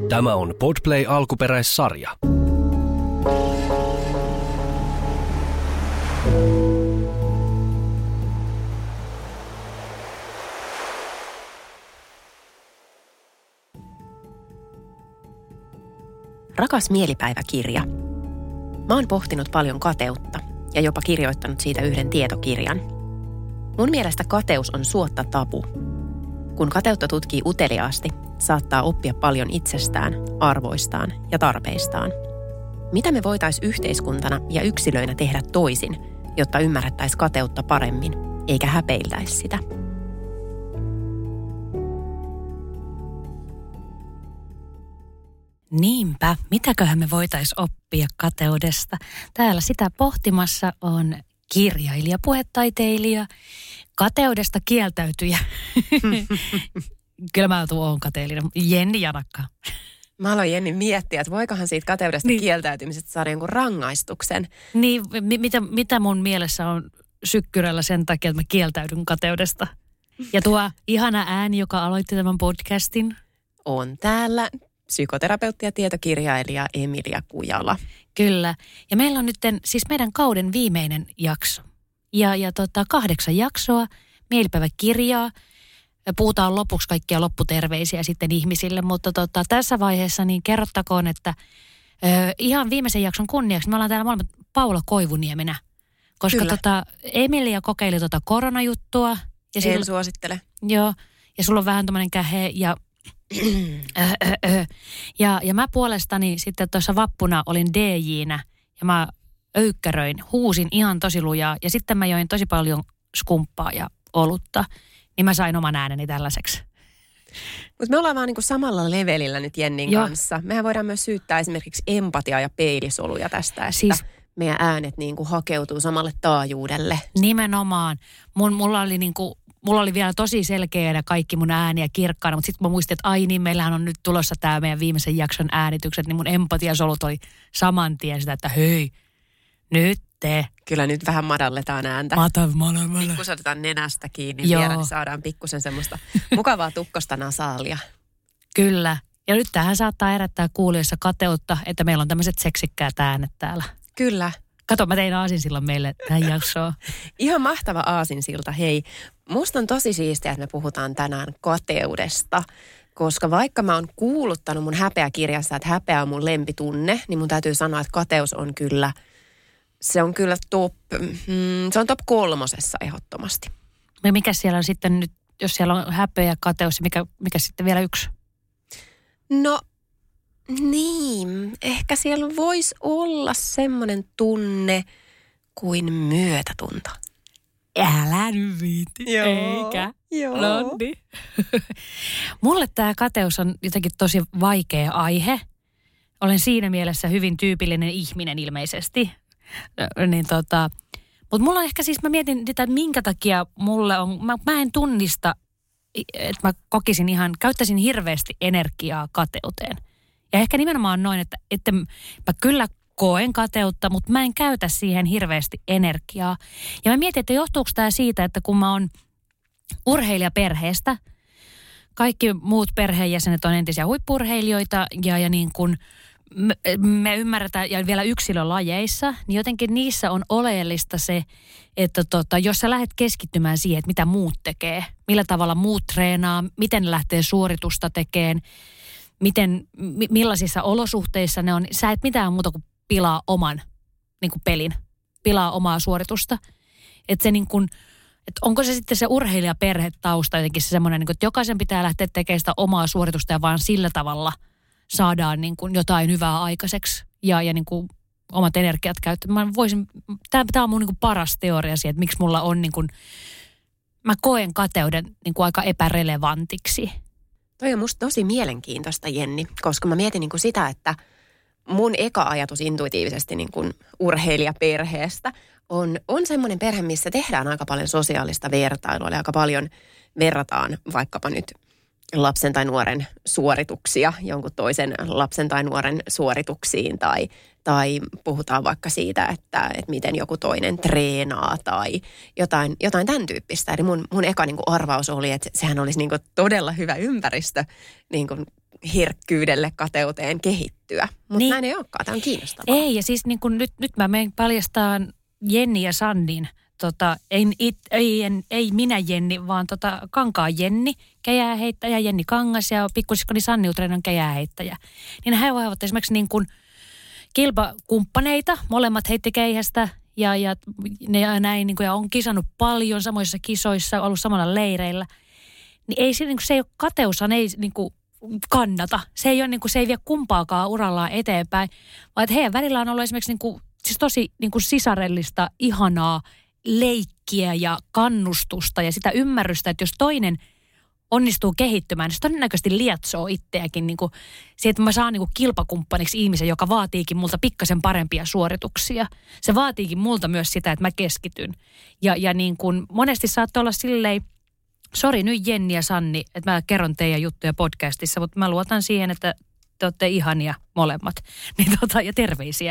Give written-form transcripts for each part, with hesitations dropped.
Tämä on Podplay alkuperäissarja. Rakas mielipäiväkirja. Mä oon pohtinut paljon kateutta ja jopa kirjoittanut siitä yhden tietokirjan. Mun mielestä kateus on suotta tabu. Kun kateutta tutkii uteliaasti, saattaa oppia paljon itsestään, arvoistaan ja tarpeistaan. Mitä me voitaisiin yhteiskuntana ja yksilöinä tehdä toisin, jotta ymmärrettäisiin kateutta paremmin, eikä häpeiltäisi sitä? Niinpä, mitäköhän me voitaisiin oppia kateudesta? Täällä sitä pohtimassa on kirjailija, puhetaiteilija, kateudesta kieltäytyjä. Kyllä mä oon kateellinen. Jenni Janakka. Mä aloin, Jenni, miettiä, että voikohan siitä kateudesta kieltäytymisestä saada jonkun rangaistuksen. Niin, mitä mun mielessä on sykkyrällä sen takia, että mä kieltäydyn kateudesta? Ja tuo ihana ääni, joka aloitti tämän podcastin. On täällä psykoterapeutti ja tietokirjailija Emilia Kujala. Kyllä. Ja meillä on nyt siis meidän kauden viimeinen jakso. Ja 8 jaksoa, mielipäiväkirjaa. Puhutaan lopuksi kaikkia lopputerveisiä sitten ihmisille, mutta tässä vaiheessa niin kerrottakoon, että ihan viimeisen jakson kunniaksi me ollaan täällä molemmat Paula Koivuniemenä. Koska Emilia kokeili koronajuttua. Ja en suosittele. Joo, ja sulla on vähän tommoinen kähe ja mä puolestani sitten tuossa vappuna olin DJ:nä ja mä öykkäröin, huusin ihan tosi lujaa ja sitten mä join tosi paljon skumppaa ja olutta, niin mä sain oman ääneni tällaiseksi. Mutta me ollaan vaan niinku samalla levelillä nyt Jennin kanssa. Mehän voidaan myös syyttää esimerkiksi empatiaa ja peilisoluja tästä, että meidän äänet niinku hakeutuu samalle taajuudelle. Nimenomaan. Mulla oli vielä tosi selkeänä kaikki mun ääniä kirkkaana, mutta sitten mä muistin, että ai niin, meillähän on nyt tulossa tämä meidän viimeisen jakson äänitykset, niin mun empatiasolut oli saman tien sitä, että hei, nyt te. Kyllä nyt vähän madalletaan ääntä. Pikkusen otetaan nenästä kiinni vielä, niin saadaan pikkusen semmoista mukavaa tukkosta nasaalia. Kyllä. Ja nyt tähän saattaa herättää kuulijoissa kateutta, että meillä on tämmöiset seksikkäät äänet täällä. Kyllä. Kato, mä tein aasinsillan meille tähän jaksoon. Ihan mahtava aasinsilta. Hei, musta on tosi siistiä, että me puhutaan tänään kateudesta. Koska vaikka mä oon kuuluttanut mun häpeäkirjassa, että häpeä on mun lempitunne, niin mun täytyy sanoa, että kateus on kyllä, se on top 3 ehdottomasti. Ja mikä siellä on sitten nyt, jos siellä on häpeä ja kateus, mikä sitten vielä yksi? No niin, ehkä siellä voisi olla semmoinen tunne kuin myötätunto. Älä nyt viiti, eikä. Joo. Londi. Mulle tämä kateus on jotenkin tosi vaikea aihe. Olen siinä mielessä hyvin tyypillinen ihminen ilmeisesti. Mutta mulla on ehkä siis, mä mietin sitä, että minkä takia mulle on, mä en tunnista, että mä käyttäisin hirveästi energiaa kateuteen. Ja ehkä nimenomaan noin, että mä kyllä koen kateutta, mutta mä en käytä siihen hirveästi energiaa. Ja mä mietin, että johtuuko tämä siitä, että kun mä oon urheilijaperheestä, kaikki muut perheenjäsenet on entisiä huippu-urheilijoita ja niin kuin me ymmärretään, ja vielä yksilölajeissa, niin jotenkin niissä on oleellista se, että jos sä lähdet keskittymään siihen, että mitä muut tekee, millä tavalla muut treenaa, miten ne lähtee suoritusta tekemään, millaisissa olosuhteissa ne on, sä et mitään muuta kuin pilaa oman niin kuin pelin, pilaa omaa suoritusta. Että se niin kuin, että onko se sitten se urheilijaperhetausta jotenkin se semmoinen, niin kuin, että jokaisen pitää lähteä tekemään sitä omaa suoritusta ja vaan sillä tavalla saadaan niin kuin jotain hyvää aikaiseksi ja niin kuin omat energiat käyttämään. Tämä on mun niin kuin paras teoria siitä, että miksi mulla on niin kuin, mä koen kateuden niin kuin aika epärelevantiksi. Toi on musta tosi mielenkiintoista, Jenni, koska mä mietin niin kuin sitä, että mun eka ajatus intuitiivisesti niin kuin urheilijaperheestä on semmoinen perhe, missä tehdään aika paljon sosiaalista vertailua, eli aika paljon verrataan vaikkapa nyt lapsen tai nuoren suorituksia jonkun toisen lapsen tai nuoren suorituksiin tai puhutaan vaikka siitä, että miten joku toinen treenaa tai jotain tämän tyyppistä. Eli mun eka niin kuin arvaus oli, että sehän olisi niin kuin todella hyvä ympäristö niin kuin herkkyydelle, kateuteen kehittyä. Mutta niin, näin ei olekaan, tämä on kiinnostavaa. Ei, ja siis niin kun nyt mä menen paljastaan Jenni ja Sannin, ei minä Jenni, vaan Kankaan Jenni, keihääheittäjä, Jenni Kangas ja pikkusiskoni Sanni Utrinen on keihääheittäjä. Niin he ovat esimerkiksi niin kuin kilpakumppaneita, molemmat heitti keihästä ja ne näin niin kuin, ja on kisannut paljon samoissa kisoissa, ollut samalla leireillä. Niin ei se, niin kuin, se ei ole kateushan, ei niin kuin kannata. Se ei ole niin kuin, se ei vie kumpaakaan urallaan eteenpäin, vaan että heidän välillä on ollut esimerkiksi niin kuin, siis tosi niin kuin sisarellista, ihanaa leikkiä ja kannustusta ja sitä ymmärrystä, että jos toinen onnistuu kehittymään, niin se todennäköisesti lietsoo itseäkin niin kuin se, että mä saan niin kuin kilpakumppaniksi ihmisen, joka vaatiikin multa pikkasen parempia suorituksia. Se vaatiikin multa myös sitä, että mä keskityn. Ja niin kuin monesti saattoi olla silleen, sori nyt Jenni ja Sanni, että mä kerron teidän juttuja podcastissa, mutta mä luotan siihen, että te olette ihania molemmat, ja terveisiä.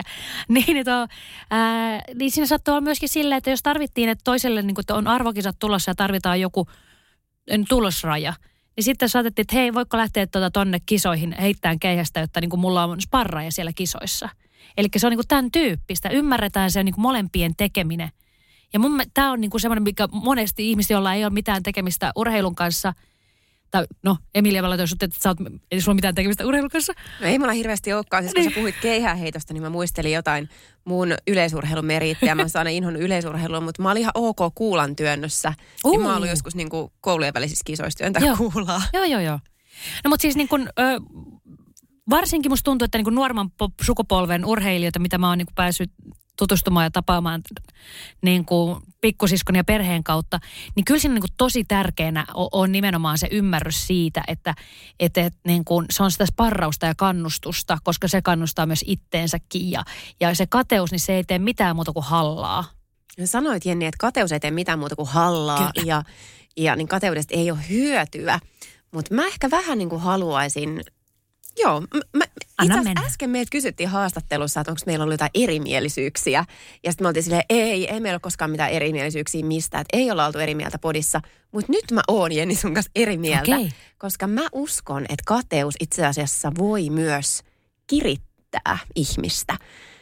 Niin siinä saattoi olla myöskin silleen, että jos tarvittiin, että toiselle niin että on arvokisat tulossa ja tarvitaan joku tulosraja, niin sitten saatettiin, että hei, voiko lähteä tonne kisoihin heittämään keihästä, jotta niin kuin mulla on sparraaja siellä kisoissa. Eli se on niin kuin tämän tyyppistä. Ymmärretään se niin kuin molempien tekeminen. Ja tämä on niin kuin semmoinen, mikä monesti ihmiset, joilla ei ole mitään tekemistä urheilun kanssa, tai no, Emilia, mä laitoin sut, että ei sulla mitään tekemistä urheilun kanssa. No ei mulla hirveästi olekaan. Siis kun sä puhuit keihääheitosta, niin mä muistelin jotain mun yleisurheilun meriittiä. Mä saan inhon yleisurheilua, mutta mä olin ihan ok kuulan työnnössä. Niin mä olin joskus niin kuin koulujen välisissä kisoissa työntää kuulaa. Joo. No mutta siis niin kuin, varsinkin musta tuntuu, että niin kuin nuorman sukupolven urheilijoita, mitä mä oon niin kuin päässyt tutustumaan ja tapaamaan niin kuin pikkusiskon ja perheen kautta, niin kyllä siinä niin kuin tosi tärkeänä on nimenomaan se ymmärrys siitä, että niin kuin se on sitä sparrausta ja kannustusta, koska se kannustaa myös itteensäkin ja se kateus, niin se ei tee mitään muuta kuin hallaa. Sanoit Jenni, että kateus ei tee mitään muuta kuin hallaa ja niin kateudesta ei ole hyötyä, mutta mä ehkä vähän niin kuin haluaisin. Joo, itse asiassa äsken meiltä kysyttiin haastattelussa, että onko meillä ollut jotain erimielisyyksiä. Ja sitten me oltiin silleen, ei meillä ole koskaan mitään erimielisyyksiä mistään. Että ei olla oltu eri mieltä podissa. Mutta nyt mä oon Jenni sun kanssa eri mieltä. Okay. Koska mä uskon, että kateus itse asiassa voi myös kirittää ihmistä.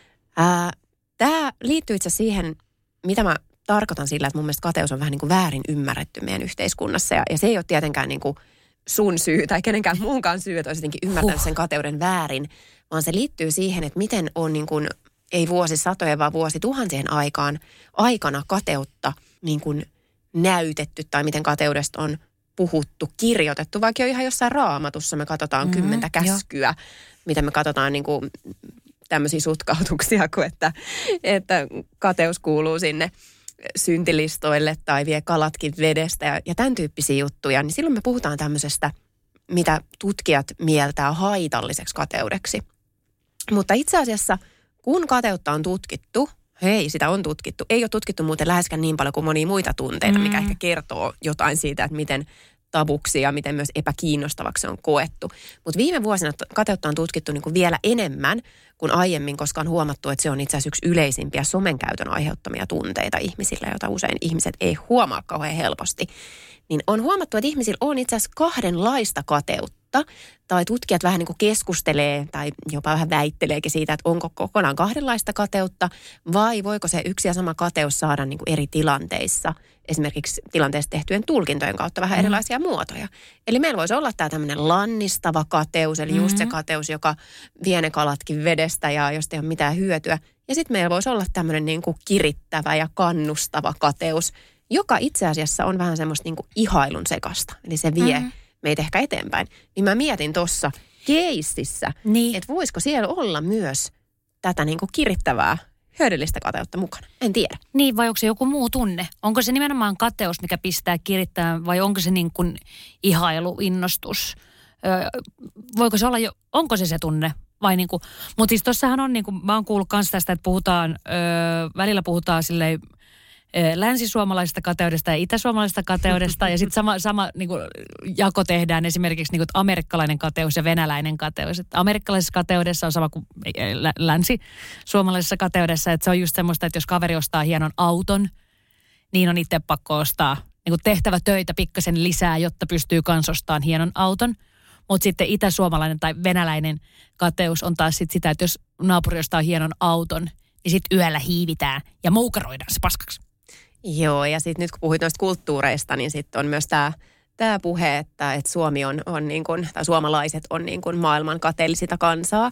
Tämä liittyy itse siihen, mitä mä tarkoitan sillä, että mun mielestä kateus on vähän niin kuin väärin ymmärretty meidän yhteiskunnassa. Ja se ei ole tietenkään niin kuin sun syy tai kenenkään muunkaan syy, että olisi jotenkin ymmärtänyt sen kateuden väärin, vaan se liittyy siihen, että miten on niin kuin, ei vuosisatojen, vaan vuosituhansien aikana kateutta niin kuin näytetty tai miten kateudesta on puhuttu, kirjoitettu, vaikka jo ihan jossain Raamatussa me katsotaan 10 käskyä, miten me katsotaan niin kuin tämmöisiä sutkautuksia, kuin että kateus kuuluu sinne syntilistoille tai vie kalatkin vedestä ja tämän tyyppisiä juttuja, niin silloin me puhutaan tämmöisestä, mitä tutkijat mieltää haitalliseksi kateudeksi. Mutta itse asiassa, kun kateutta on tutkittu, sitä on tutkittu, ei ole tutkittu muuten läheskään niin paljon kuin monia muita tunteita, mikä ehkä kertoo jotain siitä, että miten tabuksi ja miten myös epäkiinnostavaksi se on koettu. Mutta viime vuosina kateutta on tutkittu niin kuin vielä enemmän kuin aiemmin, koska on huomattu, että se on itse asiassa yksi yleisimpiä somen käytön aiheuttamia tunteita ihmisillä, joita usein ihmiset ei huomaa kauhean helposti. Niin on huomattu, että ihmisillä on itse asiassa kahdenlaista kateutta, tai tutkijat vähän niin kuin keskustelee tai jopa vähän väitteleekin siitä, että onko kokonaan kahdenlaista kateutta, vai voiko se yksi ja sama kateus saada niin kuin eri tilanteissa, esimerkiksi tilanteessa tehtyjen tulkintojen kautta vähän erilaisia muotoja. Eli meillä voisi olla tämä tämmöinen lannistava kateus, eli just se kateus, joka vie ne kalatkin vedestä ja josta ei ole mitään hyötyä. Ja sitten meillä voisi olla tämmöinen niin kuin kirittävä ja kannustava kateus, joka itse asiassa on vähän semmoista niin kuin ihailun sekasta. Eli se vie meitä ehkä eteenpäin. Niin mä mietin tuossa keississä, että voisiko siellä olla myös tätä niin kuin kirittävää, hyödyllistä kateutta mukana. En tiedä. Niin, vai onko se joku muu tunne? Onko se nimenomaan kateus, mikä pistää kirittämään, vai onko se niin kuin ihailu, innostus? Voiko se olla onko se tunne? Vai niin kuin, mutta siis tossahan on, niin kuin, mä oon kuullut myös tästä, että välillä puhutaan silleen länsisuomalaisesta kateudesta ja itäsuomalaisesta kateudesta. Ja sitten sama niin kuin, jako tehdään esimerkiksi niin kuin, amerikkalainen kateus ja venäläinen kateus. Et amerikkalaisessa kateudessa on sama kuin länsisuomalaisessa kateudessa. Että se on just semmoista, että jos kaveri ostaa hienon auton, niin on itse pakko ostaa niin kuin tehtävä töitä pikkasen lisää, jotta pystyy kans ostamaan hienon auton. Mutta sitten itäsuomalainen tai venäläinen kateus on taas sit sitä, että jos naapuri ostaa hienon auton, niin sitten yöllä hiivitään ja moukaroidaan se paskaksi. Joo, ja sitten nyt kun puhuit noista kulttuureista, niin sitten on myös tämä puhe, että Suomi on niin kuin, tai suomalaiset on niin kuin maailman kateellisinta kansaa.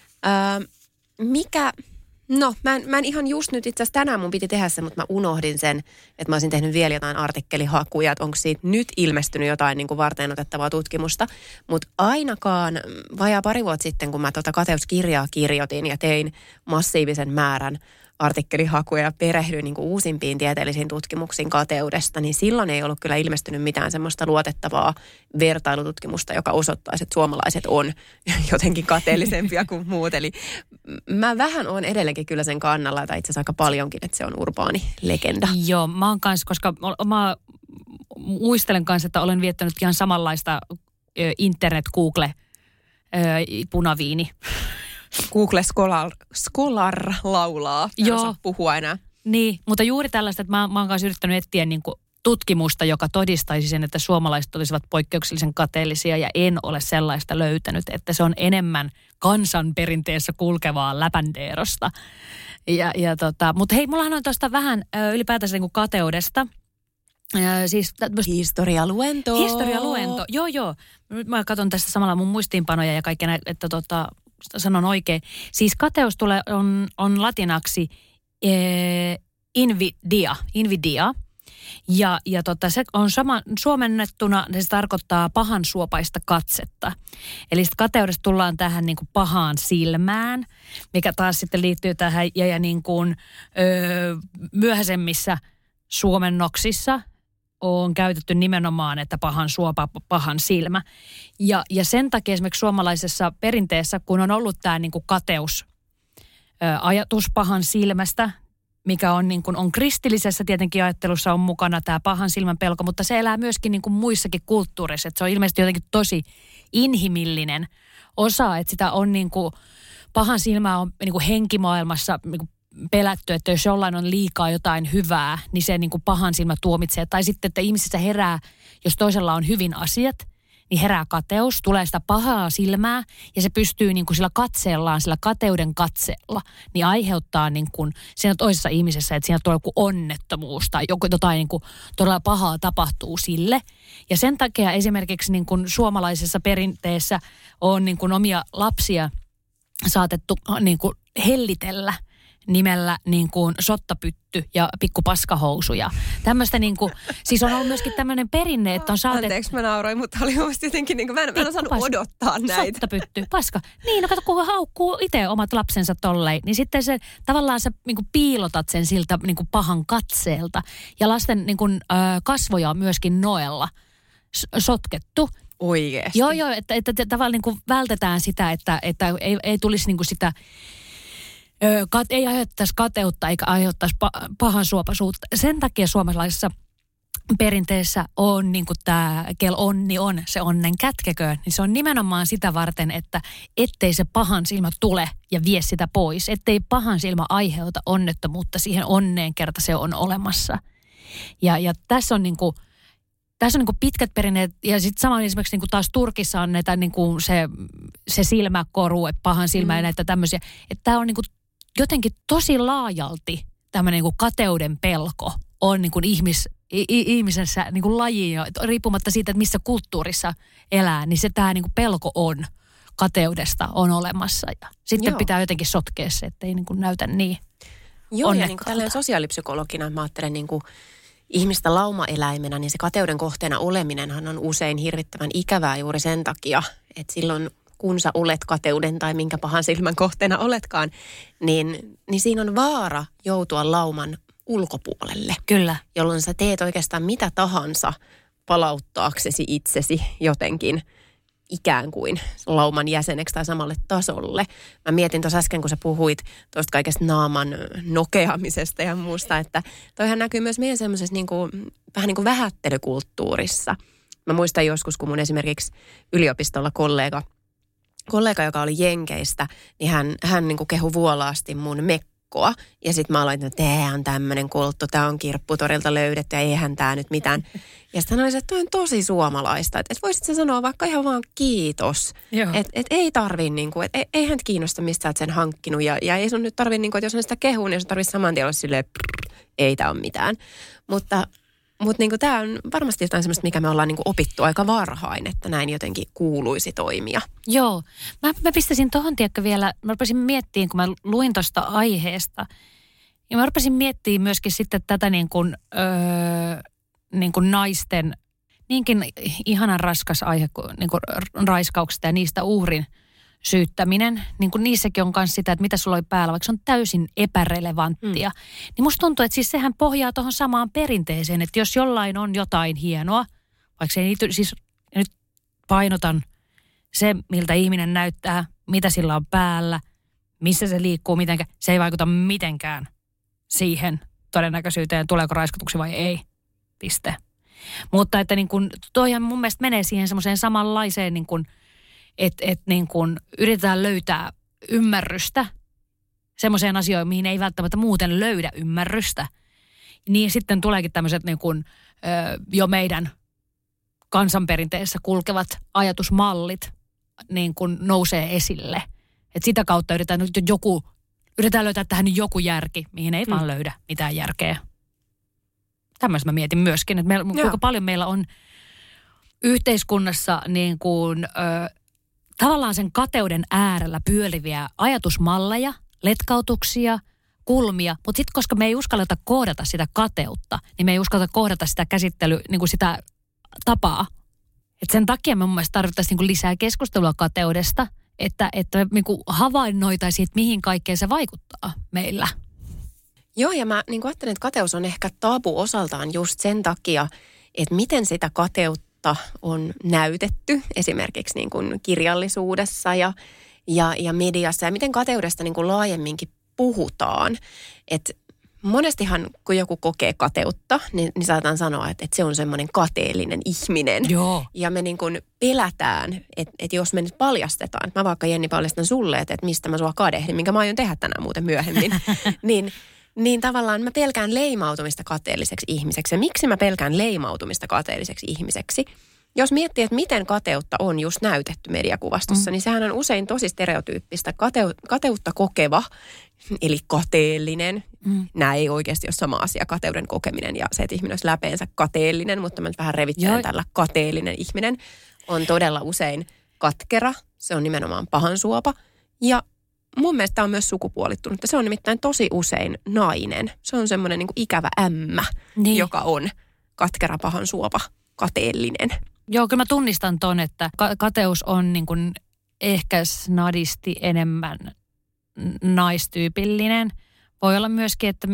No, mä en ihan just nyt itse asiassa tänään mun piti tehdä se, mutta mä unohdin sen, että mä olisin tehnyt vielä jotain artikkelihakuja, että onko siitä nyt ilmestynyt jotain niin kuin varten otettavaa tutkimusta. Mutta ainakaan vajaa pari vuotta sitten, kun mä kateuskirjaa kirjoitin ja tein massiivisen määrän artikkelihakuja ja perehdyin niin kuin uusimpiin tieteellisiin tutkimuksiin kateudesta, niin silloin ei ollut kyllä ilmestynyt mitään semmoista luotettavaa vertailututkimusta, joka osoittaisi, että suomalaiset on jotenkin kateellisempia kuin muut. Eli mä vähän olen edelleenkin kyllä sen kannalla, tai itse asiassa aika paljonkin, että se on urbaani legenda. Joo, mä oon kanssa, koska mä muistelen kanssa, että olen viettänyt ihan samanlaista internet-Google punaviini. Google Scholar laulaa. En osaa puhua enää. Niin, mutta juuri tällaista, että mä oon kanssa yrittänyt etsiä niin kuin tutkimusta, joka todistaisi sen, että suomalaiset olisivat poikkeuksellisen kateellisia ja en ole sellaista löytänyt, että se on enemmän kansanperinteessä kulkevaa läpändeerosta. Mutta hei, mullahan on tuosta vähän ylipäätänsä niin kuin kateudesta. Siis historialuento. Historialuento, joo. Mä katson tästä samalla mun muistiinpanoja ja kaikkea, että sanon oikein. Siis kateus on latinaksi invidia. Ja se on suomennettuna, se tarkoittaa pahansuopaista katsetta. Eli sitten kateudesta tullaan tähän niin kuin pahaan silmään, mikä taas sitten liittyy tähän ja niin kuin, myöhäisemmissä suomennoksissa on käytetty nimenomaan, että pahan suopa, pahan silmä. Ja sen takia esimerkiksi suomalaisessa perinteessä, kun on ollut tämä niin kuin kateus, ajatus pahan silmästä, mikä on, niin kuin, on kristillisessä tietenkin ajattelussa on mukana tämä pahan silmän pelko, mutta se elää myöskin niin kuin muissakin kulttuureissa. Että se on ilmeisesti jotenkin tosi inhimillinen osa, että sitä on niin kuin, pahan silmää on niin kuin henkimaailmassa niin kuin pelätty, että jos jollain on liikaa jotain hyvää, niin se niin kuin pahan silmä tuomitsee. Tai sitten, että ihmisissä herää, jos toisella on hyvin asiat, niin herää kateus, tulee sitä pahaa silmää ja se pystyy niin kuin sillä katseellaan, sillä kateuden katseella, niin aiheuttaa niin kuin siinä toisessa ihmisessä, että siinä tulee joku onnettomuus tai jotain niin kuin todella pahaa tapahtuu sille. Ja sen takia esimerkiksi niin kuin suomalaisessa perinteessä on niin kuin omia lapsia saatettu niin kuin hellitellä nimellä niin kuin sottapytty ja pikkupaskahousu ja tämmöistä niin kuin, siis on ollut myöskin tämmöinen perinne, että on saatettu. Anteeksi, mä nauroin, mutta oli musta jotenkin niin kuin, mä en osannut odottaa näitä. Sottapytty, paska. Niin, no kato, kun haukkuu itse omat lapsensa tolleen, niin sitten se tavallaan sä niin kuin piilotat sen siltä niin kuin pahan katseelta ja lasten niin kuin, kasvoja on myöskin noella sotkettu. Oikeesti? Joo, että tavallaan niin kuin vältetään sitä, että ei tulisi niin kuin sitä ei aiheuttaisi kateutta eikä aiheuttaisi pahan suopaisuutta. Sen takia suomalaisessa perinteessä on niin kuin tämä kel onni on, se onnen kätkeköön, niin se on nimenomaan sitä varten, että ettei se pahan silmä tule ja vie sitä pois. Ettei pahan silmä aiheuta onnettomuutta siihen onneen kerta se on olemassa. Ja tässä on niin kuin pitkät perinteet, ja sitten samoin esimerkiksi niin taas Turkissa on näitä niin kuin se silmäkoru, että pahan silmä ja näitä tämmöisiä. Että tämä on niin kuin jotenkin tosi laajalti tämmöinen niin kuin kateuden pelko on niin kuin ihmisessä niin kuin laji, riippumatta siitä, että missä kulttuurissa elää, niin se tämä niin kuin pelko on kateudesta on olemassa. Ja sitten pitää jotenkin sotkea se, ettei niin kuin näytä niin Joo, ja niin kuin tällainen sosiaalipsykologina mä ajattelen niin kuin ihmistä laumaeläimenä, niin se kateuden kohteena oleminenhan on usein hirvittävän ikävää juuri sen takia, että silloin kun sä olet kateuden tai minkä pahan silmän kohteena oletkaan, niin siinä on vaara joutua lauman ulkopuolelle. Kyllä. Jolloin sä teet oikeastaan mitä tahansa palauttaaksesi itsesi jotenkin ikään kuin lauman jäseneksi tai samalle tasolle. Mä mietin tuossa äsken, kun sä puhuit tuosta kaikesta naaman nokeamisesta ja muusta, että toihan näkyy myös meidän semmoisessa vähän niin kuin vähättelykulttuurissa. Mä muistan joskus, kun mun esimerkiksi yliopistolla kollega, joka oli Jenkeistä, niin hän niin kuin kehui vuolaasti mun uskoa. Ja sitten mä aloin, että tämä on tämmöinen kulttu, tämä on Kirpputorilta löydetty ja eihän tämä nyt mitään. Ja sitten hän oli, että toi on tosi suomalaista. Että voisit sä sanoa vaikka ihan vaan kiitos. Että ei tarvii, niinku, että eihän kiinnosta mistä sä oot sen hankkinut. Ja ei sun nyt tarvii, niinku, että jos on sitä kehua, niin sun tarvii saman tien olla silleen, ei tää ole mitään. Mutta niinku, tämä on varmasti jotain semmoista, mikä me ollaan niinku opittu aika varhain, että näin jotenkin kuuluisi toimia. Joo. Mä pistäisin tohon tiekkä vielä, mä rupesin miettimään, kun mä luin tuosta aiheesta, ja mä rupesin miettimään myöskin sitten tätä niin kuin naisten, niinkin ihanan raskas aihe kuin, raiskauksista ja niistä uhrin syyttäminen, niin kuin niissäkin on myös sitä, että mitä sulla oli päällä, vaikka se on täysin epärelevanttia. Niin musta tuntuu, että siis sehän pohjaa tuohon samaan perinteeseen, että jos jollain on jotain hienoa, vaikka se ei siis nyt painotan se, miltä ihminen näyttää, mitä sillä on päällä, missä se liikkuu, mitenkä, se ei vaikuta mitenkään siihen todennäköisyyteen, tuleeko raiskatuksi vai ei. Piste. Mutta että niin kun, toihan mun mielestä menee siihen semmoiseen samanlaiseen niin kun, että niin kun yritetään löytää ymmärrystä semmoiseen asioihin, mihin ei välttämättä muuten löydä ymmärrystä. Niin sitten tuleekin tämmöiset niin kun, jo meidän kansanperinteessä kulkevat ajatusmallit niin kun nousee esille. Että sitä kautta yritetään löytää tähän nyt joku järki, mihin ei vaan löydä mitään järkeä. Tämmöistä mä mietin myöskin, että kuinka paljon meillä on yhteiskunnassa niin kuin, tavallaan sen kateuden äärellä pyöriviä ajatusmalleja, letkautuksia, kulmia, mutta sitten koska me ei uskalleta kohdata sitä kateutta, niin me ei uskalleta kohdata sitä käsittelyä, niin kuin sitä tapaa. Et sen takia me mun mielestä tarvittaisiin niin kuin lisää keskustelua kateudesta, että me niin kuin havainnoitaisiin, että mihin kaikkeen se vaikuttaa meillä. Joo, ja mä niin ajattelen, että kateus on ehkä tabu osaltaan just sen takia, että miten sitä kateutta on näytetty esimerkiksi niin kuin kirjallisuudessa ja mediassa ja miten kateudesta niin kuin laajemminkin puhutaan. Että monestihan, kun joku kokee kateutta, niin saataan sanoa, että se on semmoinen kateellinen ihminen. Joo. Ja me niin kuin pelätään, että jos me nyt paljastetaan, mä vaikka Jenni paljastan sulle, että mistä mä sua kadehdin, minkä mä aion tehdä tänään muuten myöhemmin, niin tavallaan mä pelkään leimautumista kateelliseksi ihmiseksi. Ja miksi mä pelkään leimautumista kateelliseksi ihmiseksi? Jos miettii, että miten kateutta on just näytetty mediakuvastossa, niin sehän on usein tosi stereotyyppistä. Kateutta kokeva, eli kateellinen. Nämä ei oikeasti ole sama asia, kateuden kokeminen ja se, että ihminen olisi läpeensä kateellinen, mutta mä nyt vähän revittelen tällä kateellinen ihminen. On todella usein katkera, se on nimenomaan pahansuopa ja mun mielestä tämä on myös sukupuolittunut. Se on nimittäin tosi usein nainen. Se on semmoinen niin kuin ikävä ämmä, joka on katkera, pahansuopa, kateellinen. Joo, kyllä mä tunnistan ton, että kateus on niin kuin ehkä snadisti enemmän naistyypillinen. Voi olla myöskin, että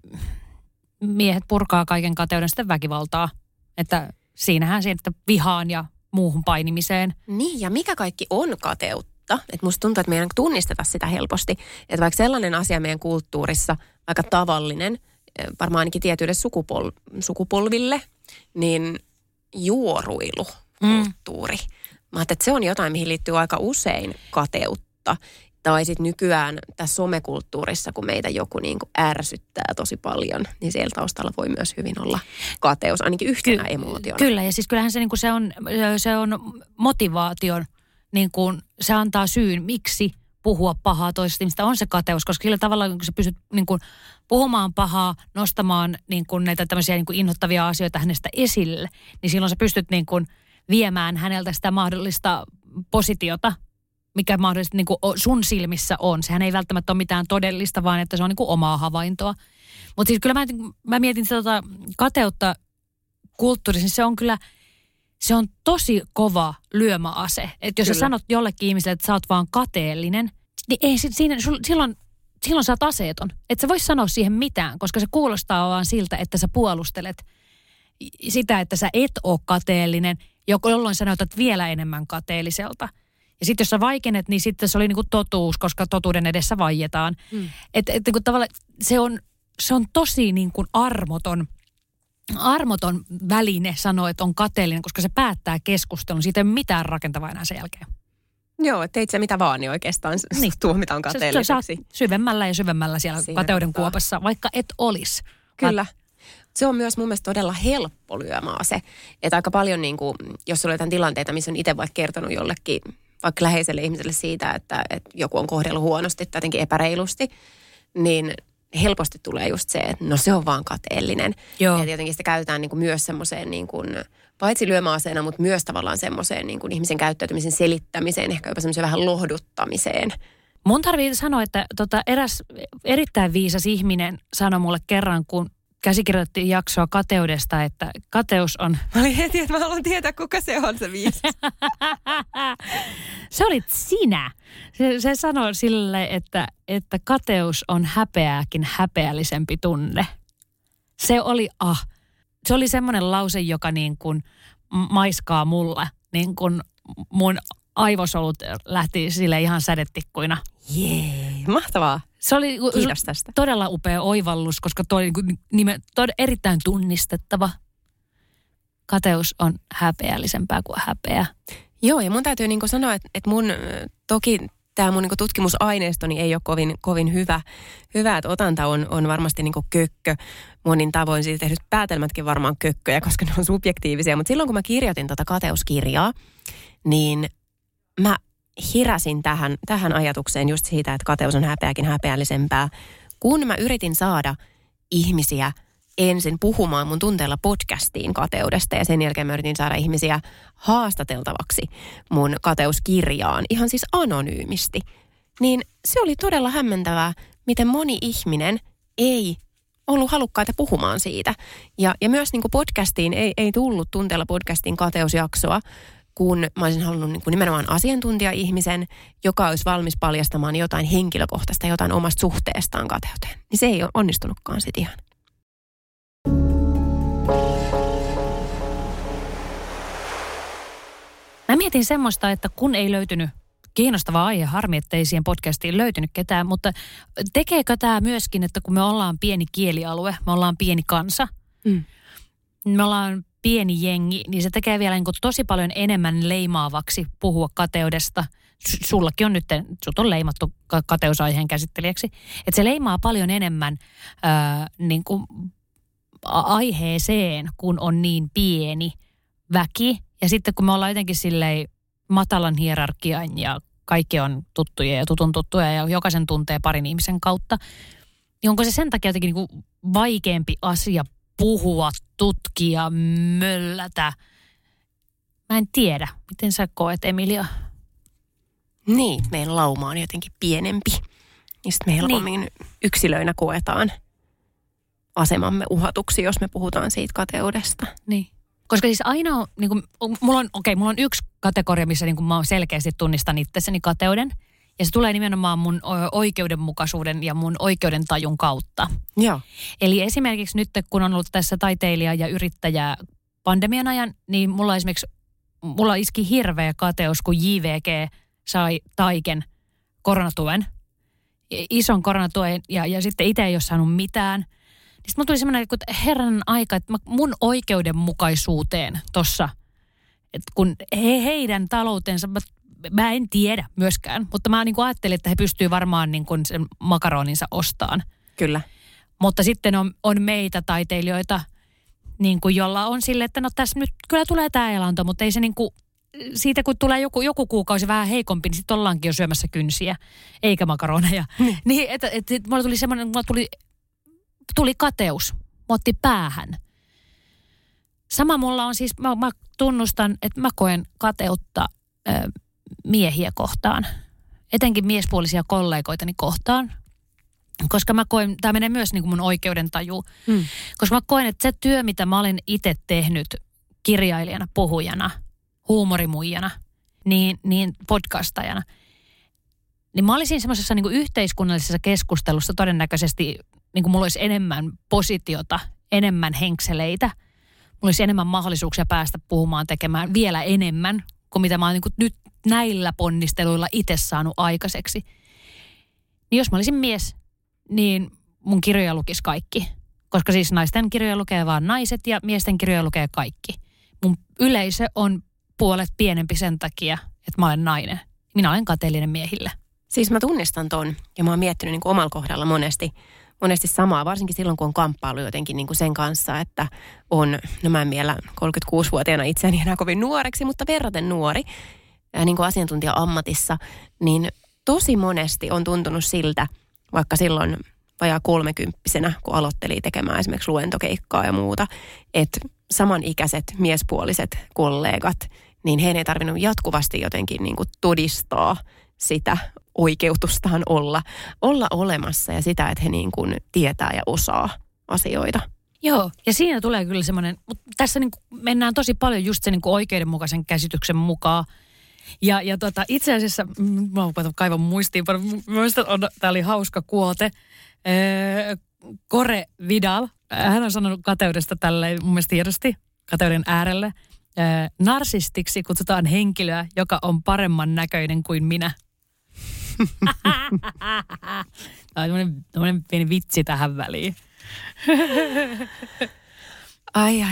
miehet purkaa kaiken kateuden sitten väkivaltaa. Että siinähän siitä vihaan ja muuhun painimiseen. Niin, ja mikä kaikki on kateutta? Että musta tuntuu, että meidän tunnisteta sitä helposti. Että vaikka sellainen asia meidän kulttuurissa, aika tavallinen, varmaan ainakin tietyille sukupolville, niin juoruilukulttuuri. Mä ajattelin, että se on jotain, mihin liittyy aika usein kateutta. Tai sitten nykyään tässä somekulttuurissa, kun meitä joku niin kuin ärsyttää tosi paljon, niin siellä taustalla voi myös hyvin olla kateus, ainakin yhtenä emootiona. Kyllä, ja siis kyllähän se, niin kuin se on motivaation, niin kuin se antaa syyn, miksi puhua pahaa toisesta ihmistä, on se kateus, koska sillä tavalla, kun sä pystyt niin kuin puhumaan pahaa, nostamaan niin kuin näitä tämmöisiä niin kuin inhottavia asioita hänestä esille, niin silloin sä pystyt niin kuin viemään häneltä sitä mahdollista positiota, mikä mahdollisesti niin kuin sun silmissä on. Sehän ei välttämättä ole mitään todellista, vaan että se on niin kuin omaa havaintoa. Mutta siis kyllä mä mietin sitä kateutta kulttuurissa, niin se on kyllä, se on tosi kova lyömäase. Että jos sä sanot jollekin ihmiselle, että sä oot vaan kateellinen, niin ei silloin sä oot aseeton. Että sä vois sanoa siihen mitään, koska se kuulostaa vaan siltä, että sä puolustelet sitä, että sä et ole kateellinen, jolloin sä näytät vielä enemmän kateelliselta. Ja sitten jos sä vaikenet, niin sitten se oli niinku totuus, koska totuuden edessä vaietaan. Että niinku tavallaan se on tosi niinku armoton väline sanoa, että on kateellinen, koska se päättää keskustelun. Siitä ei ole mitään rakentavaa enää sen jälkeen. Joo, teit sä mitä vaan, niin oikeastaan niin. Tuomitaan kateelliseksi. Sä syvemmällä ja syvemmällä siellä siinä kateuden kuopassa, vaikka et olisi. Kyllä. Se on myös mun mielestä todella helppo lyömäase. Että aika paljon, niin kuin, jos sulla on jotain tilanteita, missä on itse vaikka kertonut jollekin, vaikka läheiselle ihmiselle siitä, että joku on kohdellut huonosti tai jotenkin epäreilusti, niin helposti tulee just se, että no se on vaan kateellinen. Että jotenkin sitä käytetään niin kuin myös semmoiseen niin kuin, paitsi lyömäaseena, mutta myös tavallaan semmoiseen niin kuin ihmisen käyttäytymisen selittämiseen, ehkä jopa semmoiseen vähän lohduttamiseen. Mun tarvii sanoa, että eräs erittäin viisas ihminen sanoi mulle kerran, kun käsikirjoitettiin jaksoa kateudesta, että kateus on... Mä olin heti, että mä haluan tietää, kuka se on se viisas. Se olit sinä. Se sanoi sille, että kateus on häpeääkin häpeällisempi tunne. Se oli semmoinen lause, joka niin kuin maiskaa mulle. Niin kuin mun aivosolut lähti sille ihan sädetikkuina. Jee, mahtavaa. Se oli kiitos tästä. Todella upea oivallus, koska erittäin tunnistettava. Kateus on häpeällisempää kuin häpeä. Joo, ja mun täytyy niin kuin sanoa, että mun toki tämä mun niin kuin tutkimusaineistoni ei ole kovin hyvä, että otanta on varmasti niin kuin kökkö. Monin tavoin siitä tehdyt päätelmätkin varmaan kökköjä, koska ne on subjektiivisia. Mutta silloin kun mä kirjoitin kateuskirjaa, niin mä hiräsin tähän ajatukseen just siitä, että kateus on häpeäkin häpeällisempää. Kun mä yritin saada ihmisiä ensin puhumaan mun tunteella podcastiin kateudesta ja sen jälkeen mä yritin saada ihmisiä haastateltavaksi mun kateuskirjaan ihan siis anonyymisti, niin se oli todella hämmentävää, miten moni ihminen ei ollut halukkaita puhumaan siitä. Ja myös niin kuin podcastiin ei tullut tunteella podcastin kateusjaksoa, kun mä olisin halunnut niin kuin nimenomaan asiantuntija-ihmisen, joka olisi valmis paljastamaan jotain henkilökohtaista, jotain omasta suhteestaan kateuteen. Niin se ei ole onnistunutkaan sit ihan. Mä mietin semmoista, että kun ei löytynyt kiinnostava aihe, harmi, ettei siihen podcastiin löytynyt ketään, mutta tekeekö tämä myöskin, että kun me ollaan pieni kielialue, me ollaan pieni kansa, me ollaan pieni jengi, niin se tekee vielä niin kuin tosi paljon enemmän leimaavaksi puhua kateudesta. Sullakin on nyt, sut on leimattu kateusaiheen käsittelijäksi, että se leimaa paljon enemmän niin kuin aiheeseen, kun on niin pieni väki. Ja sitten kun me ollaan jotenkin silleen matalan hierarkian ja kaikki on tuttuja ja tutun tuttuja ja jokaisen tuntee parin ihmisen kautta, niin onko se sen takia jotenkin niin kuin vaikeampi asia puhua, tutkia, möllätä? Mä en tiedä. Miten sä koet, Emilia? Niin, meidän lauma on jotenkin pienempi. Ja sitten me helpommin yksilöinä koetaan asemamme uhatuksi, jos me puhutaan siitä kateudesta. Niin. Koska siis aina on, niin kuin, mulla on yksi kategoria, missä niin kuin mä selkeästi tunnistan itsessäni kateuden. Ja se tulee nimenomaan mun oikeudenmukaisuuden ja mun oikeudentajun kautta. Joo. Eli esimerkiksi nyt, kun on ollut tässä taiteilija ja yrittäjä pandemian ajan, niin mulla iski hirveä kateus, kun JVG sai Taiken koronatuen. Ison koronatuen ja sitten itse ei ole saanut mitään. Sitten mulla tuli semmoinen, että herran aika, että mun oikeudenmukaisuuteen tossa, että kun heidän taloutensa, mä en tiedä myöskään, mutta mä niin kuin ajattelin, että he pystyvät varmaan niin kuin sen makaroninsa ostamaan. Kyllä. Mutta sitten on meitä taiteilijoita, niin kuin, jolla on sille, että no tässä nyt kyllä tulee tämä elanto, mutta ei se niin kuin, siitä kun tulee joku kuukausi vähän heikompi, niin sitten ollaankin jo syömässä kynsiä, eikä makaroneja. Niin, että mulla tuli semmoinen, tuli kateus, mä otti päähän. Sama mulla on siis, mä tunnustan, että mä koen kateutta miehiä kohtaan. Etenkin miespuolisia kollegoitani kohtaan. Koska mä koen, tämä menee myös niin kuin mun oikeudentaju. Koska mä koen, että se työ, mitä mä olen itse tehnyt kirjailijana, puhujana, huumorimuijana, niin podcastajana, niin mä olisin semmoisessa niin kuin yhteiskunnallisessa keskustelussa todennäköisesti, niin kuin mulla olisi enemmän positiota, enemmän henkseleitä. Mulla olisi enemmän mahdollisuuksia päästä puhumaan, tekemään vielä enemmän kuin mitä mä oon niin kuin nyt näillä ponnisteluilla itse saanut aikaiseksi. Niin jos mä olisin mies, niin mun kirjoja lukisi kaikki. Koska siis naisten kirjoja lukee vaan naiset ja miesten kirjoja lukee kaikki. Mun yleisö on puolet pienempi sen takia, että mä olen nainen. minä olen kateellinen miehille. Siis mä tunnistan ton ja mä oon miettinyt niin kuin omalla kohdalla monesti samaa, varsinkin silloin kun on kamppailu jotenkin niin kuin sen kanssa, että on, no mä en miellä 36-vuotiaana itseäni enää kovin nuoreksi, mutta verraten nuori niin kuin asiantuntija-ammatissa, niin tosi monesti on tuntunut siltä, vaikka silloin vajaa 30-vuotiaana, kun aloitteli tekemään esimerkiksi luentokeikkaa ja muuta, että samanikäiset miespuoliset kollegat, niin heidän ei tarvinnut jatkuvasti jotenkin niin kuin todistaa sitä oikeutustaan olla olemassa ja sitä, että he niin kuin tietää ja osaa asioita. Joo, ja siinä tulee kyllä semmoinen, mutta tässä niin kuin mennään tosi paljon just sen niin kuin oikeudenmukaisen käsityksen mukaan. Ja itse asiassa, mä kaivan muistiinpanoja, mielestäni tämä oli hauska quote. Kore Vidal, hän on sanonut kateudesta tälleen mun mielestä tiedosti, kateuden äärelle. Narsistiksi kutsutaan henkilöä, joka on paremman näköinen kuin minä. Tämä on tämmöinen pieni vitsi tähän väliin. Ai.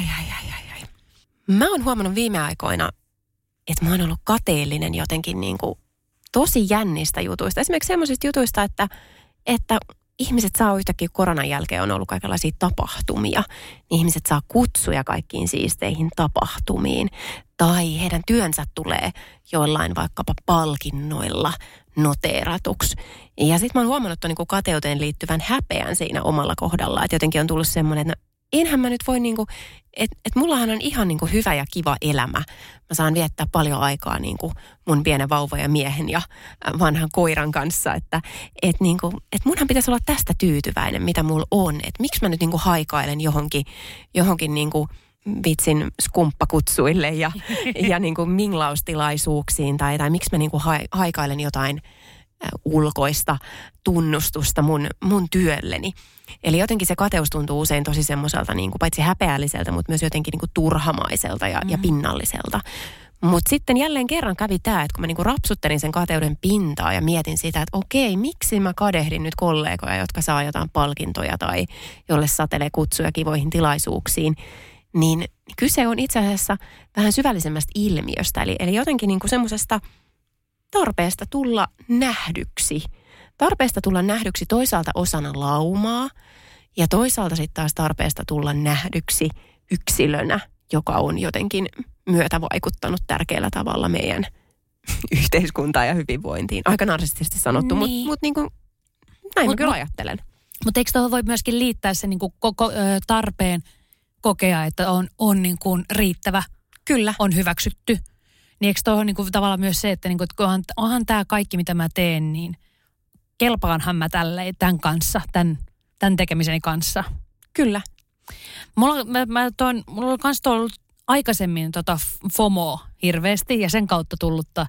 Mä oon huomannut viime aikoina, että mä oon ollut kateellinen jotenkin niin kuin tosi jännistä jutuista. Esimerkiksi semmoisista jutuista, että ihmiset saa yhtäkkiä koronan jälkeen on ollut kaikenlaisia tapahtumia. Niin ihmiset saa kutsuja kaikkiin siisteihin tapahtumiin. Tai heidän työnsä tulee joillain vaikkapa palkinnoilla noteeratuksi. Ja sitten mä oon huomannut ton niin kuin kateuteen liittyvän häpeän siinä omalla kohdalla. Että jotenkin on tullut semmoinen, että enhän mä nyt voi niinku, että mullahan on ihan niinku hyvä ja kiva elämä. Mä saan viettää paljon aikaa niinku mun pienen vauvan ja miehen ja vanhan koiran kanssa, että munhan pitäisi olla tästä tyytyväinen, mitä mulla on. Että miksi mä nyt niinku haikailen johonkin niinku vitsin skumppakutsuille ja niinku minglaustilaisuuksiin tai miksi mä niinku haikailen jotain ulkoista tunnustusta mun työlleni. Eli jotenkin se kateus tuntuu usein tosi semmoiselta niin kuin paitsi häpeälliseltä, mutta myös jotenkin niin kuin turhamaiselta ja pinnalliselta. Mutta sitten jälleen kerran kävi tämä, että kun mä niin kuin rapsuttelin sen kateuden pintaa ja mietin sitä, että okei, miksi mä kadehdin nyt kollegoja, jotka saa jotain palkintoja tai jolle satelee kutsuja kivoihin tilaisuuksiin, niin kyse on itse asiassa vähän syvällisemmästä ilmiöstä. Eli jotenkin niin kuin semmoisesta tarpeesta tulla nähdyksi. Tarpeesta tulla nähdyksi toisaalta osana laumaa ja toisaalta sitten taas tarpeesta tulla nähdyksi yksilönä, joka on jotenkin myötävaikuttanut tärkeällä tavalla meidän yhteiskuntaan ja hyvinvointiin. Aika narsistisesti sanottu, niin. mutta niin kuin, näin mä kyllä ajattelen. Mutta eikö tuohon voi myöskin liittää se niin kuin tarpeen kokea, että on niin kuin riittävä, kyllä, on hyväksytty. Niin eikö tuohon niin kuin tavallaan myös se, että, niin kuin, että onhan tämä kaikki, mitä mä teen, niin kelpaanhan mä tämän kanssa, tämän tekemiseni kanssa. Kyllä. Mulla on myös ollut aikaisemmin FOMO hirveästi ja sen kautta tullutta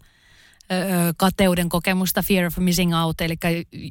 kateuden kokemusta, fear of missing out. Eli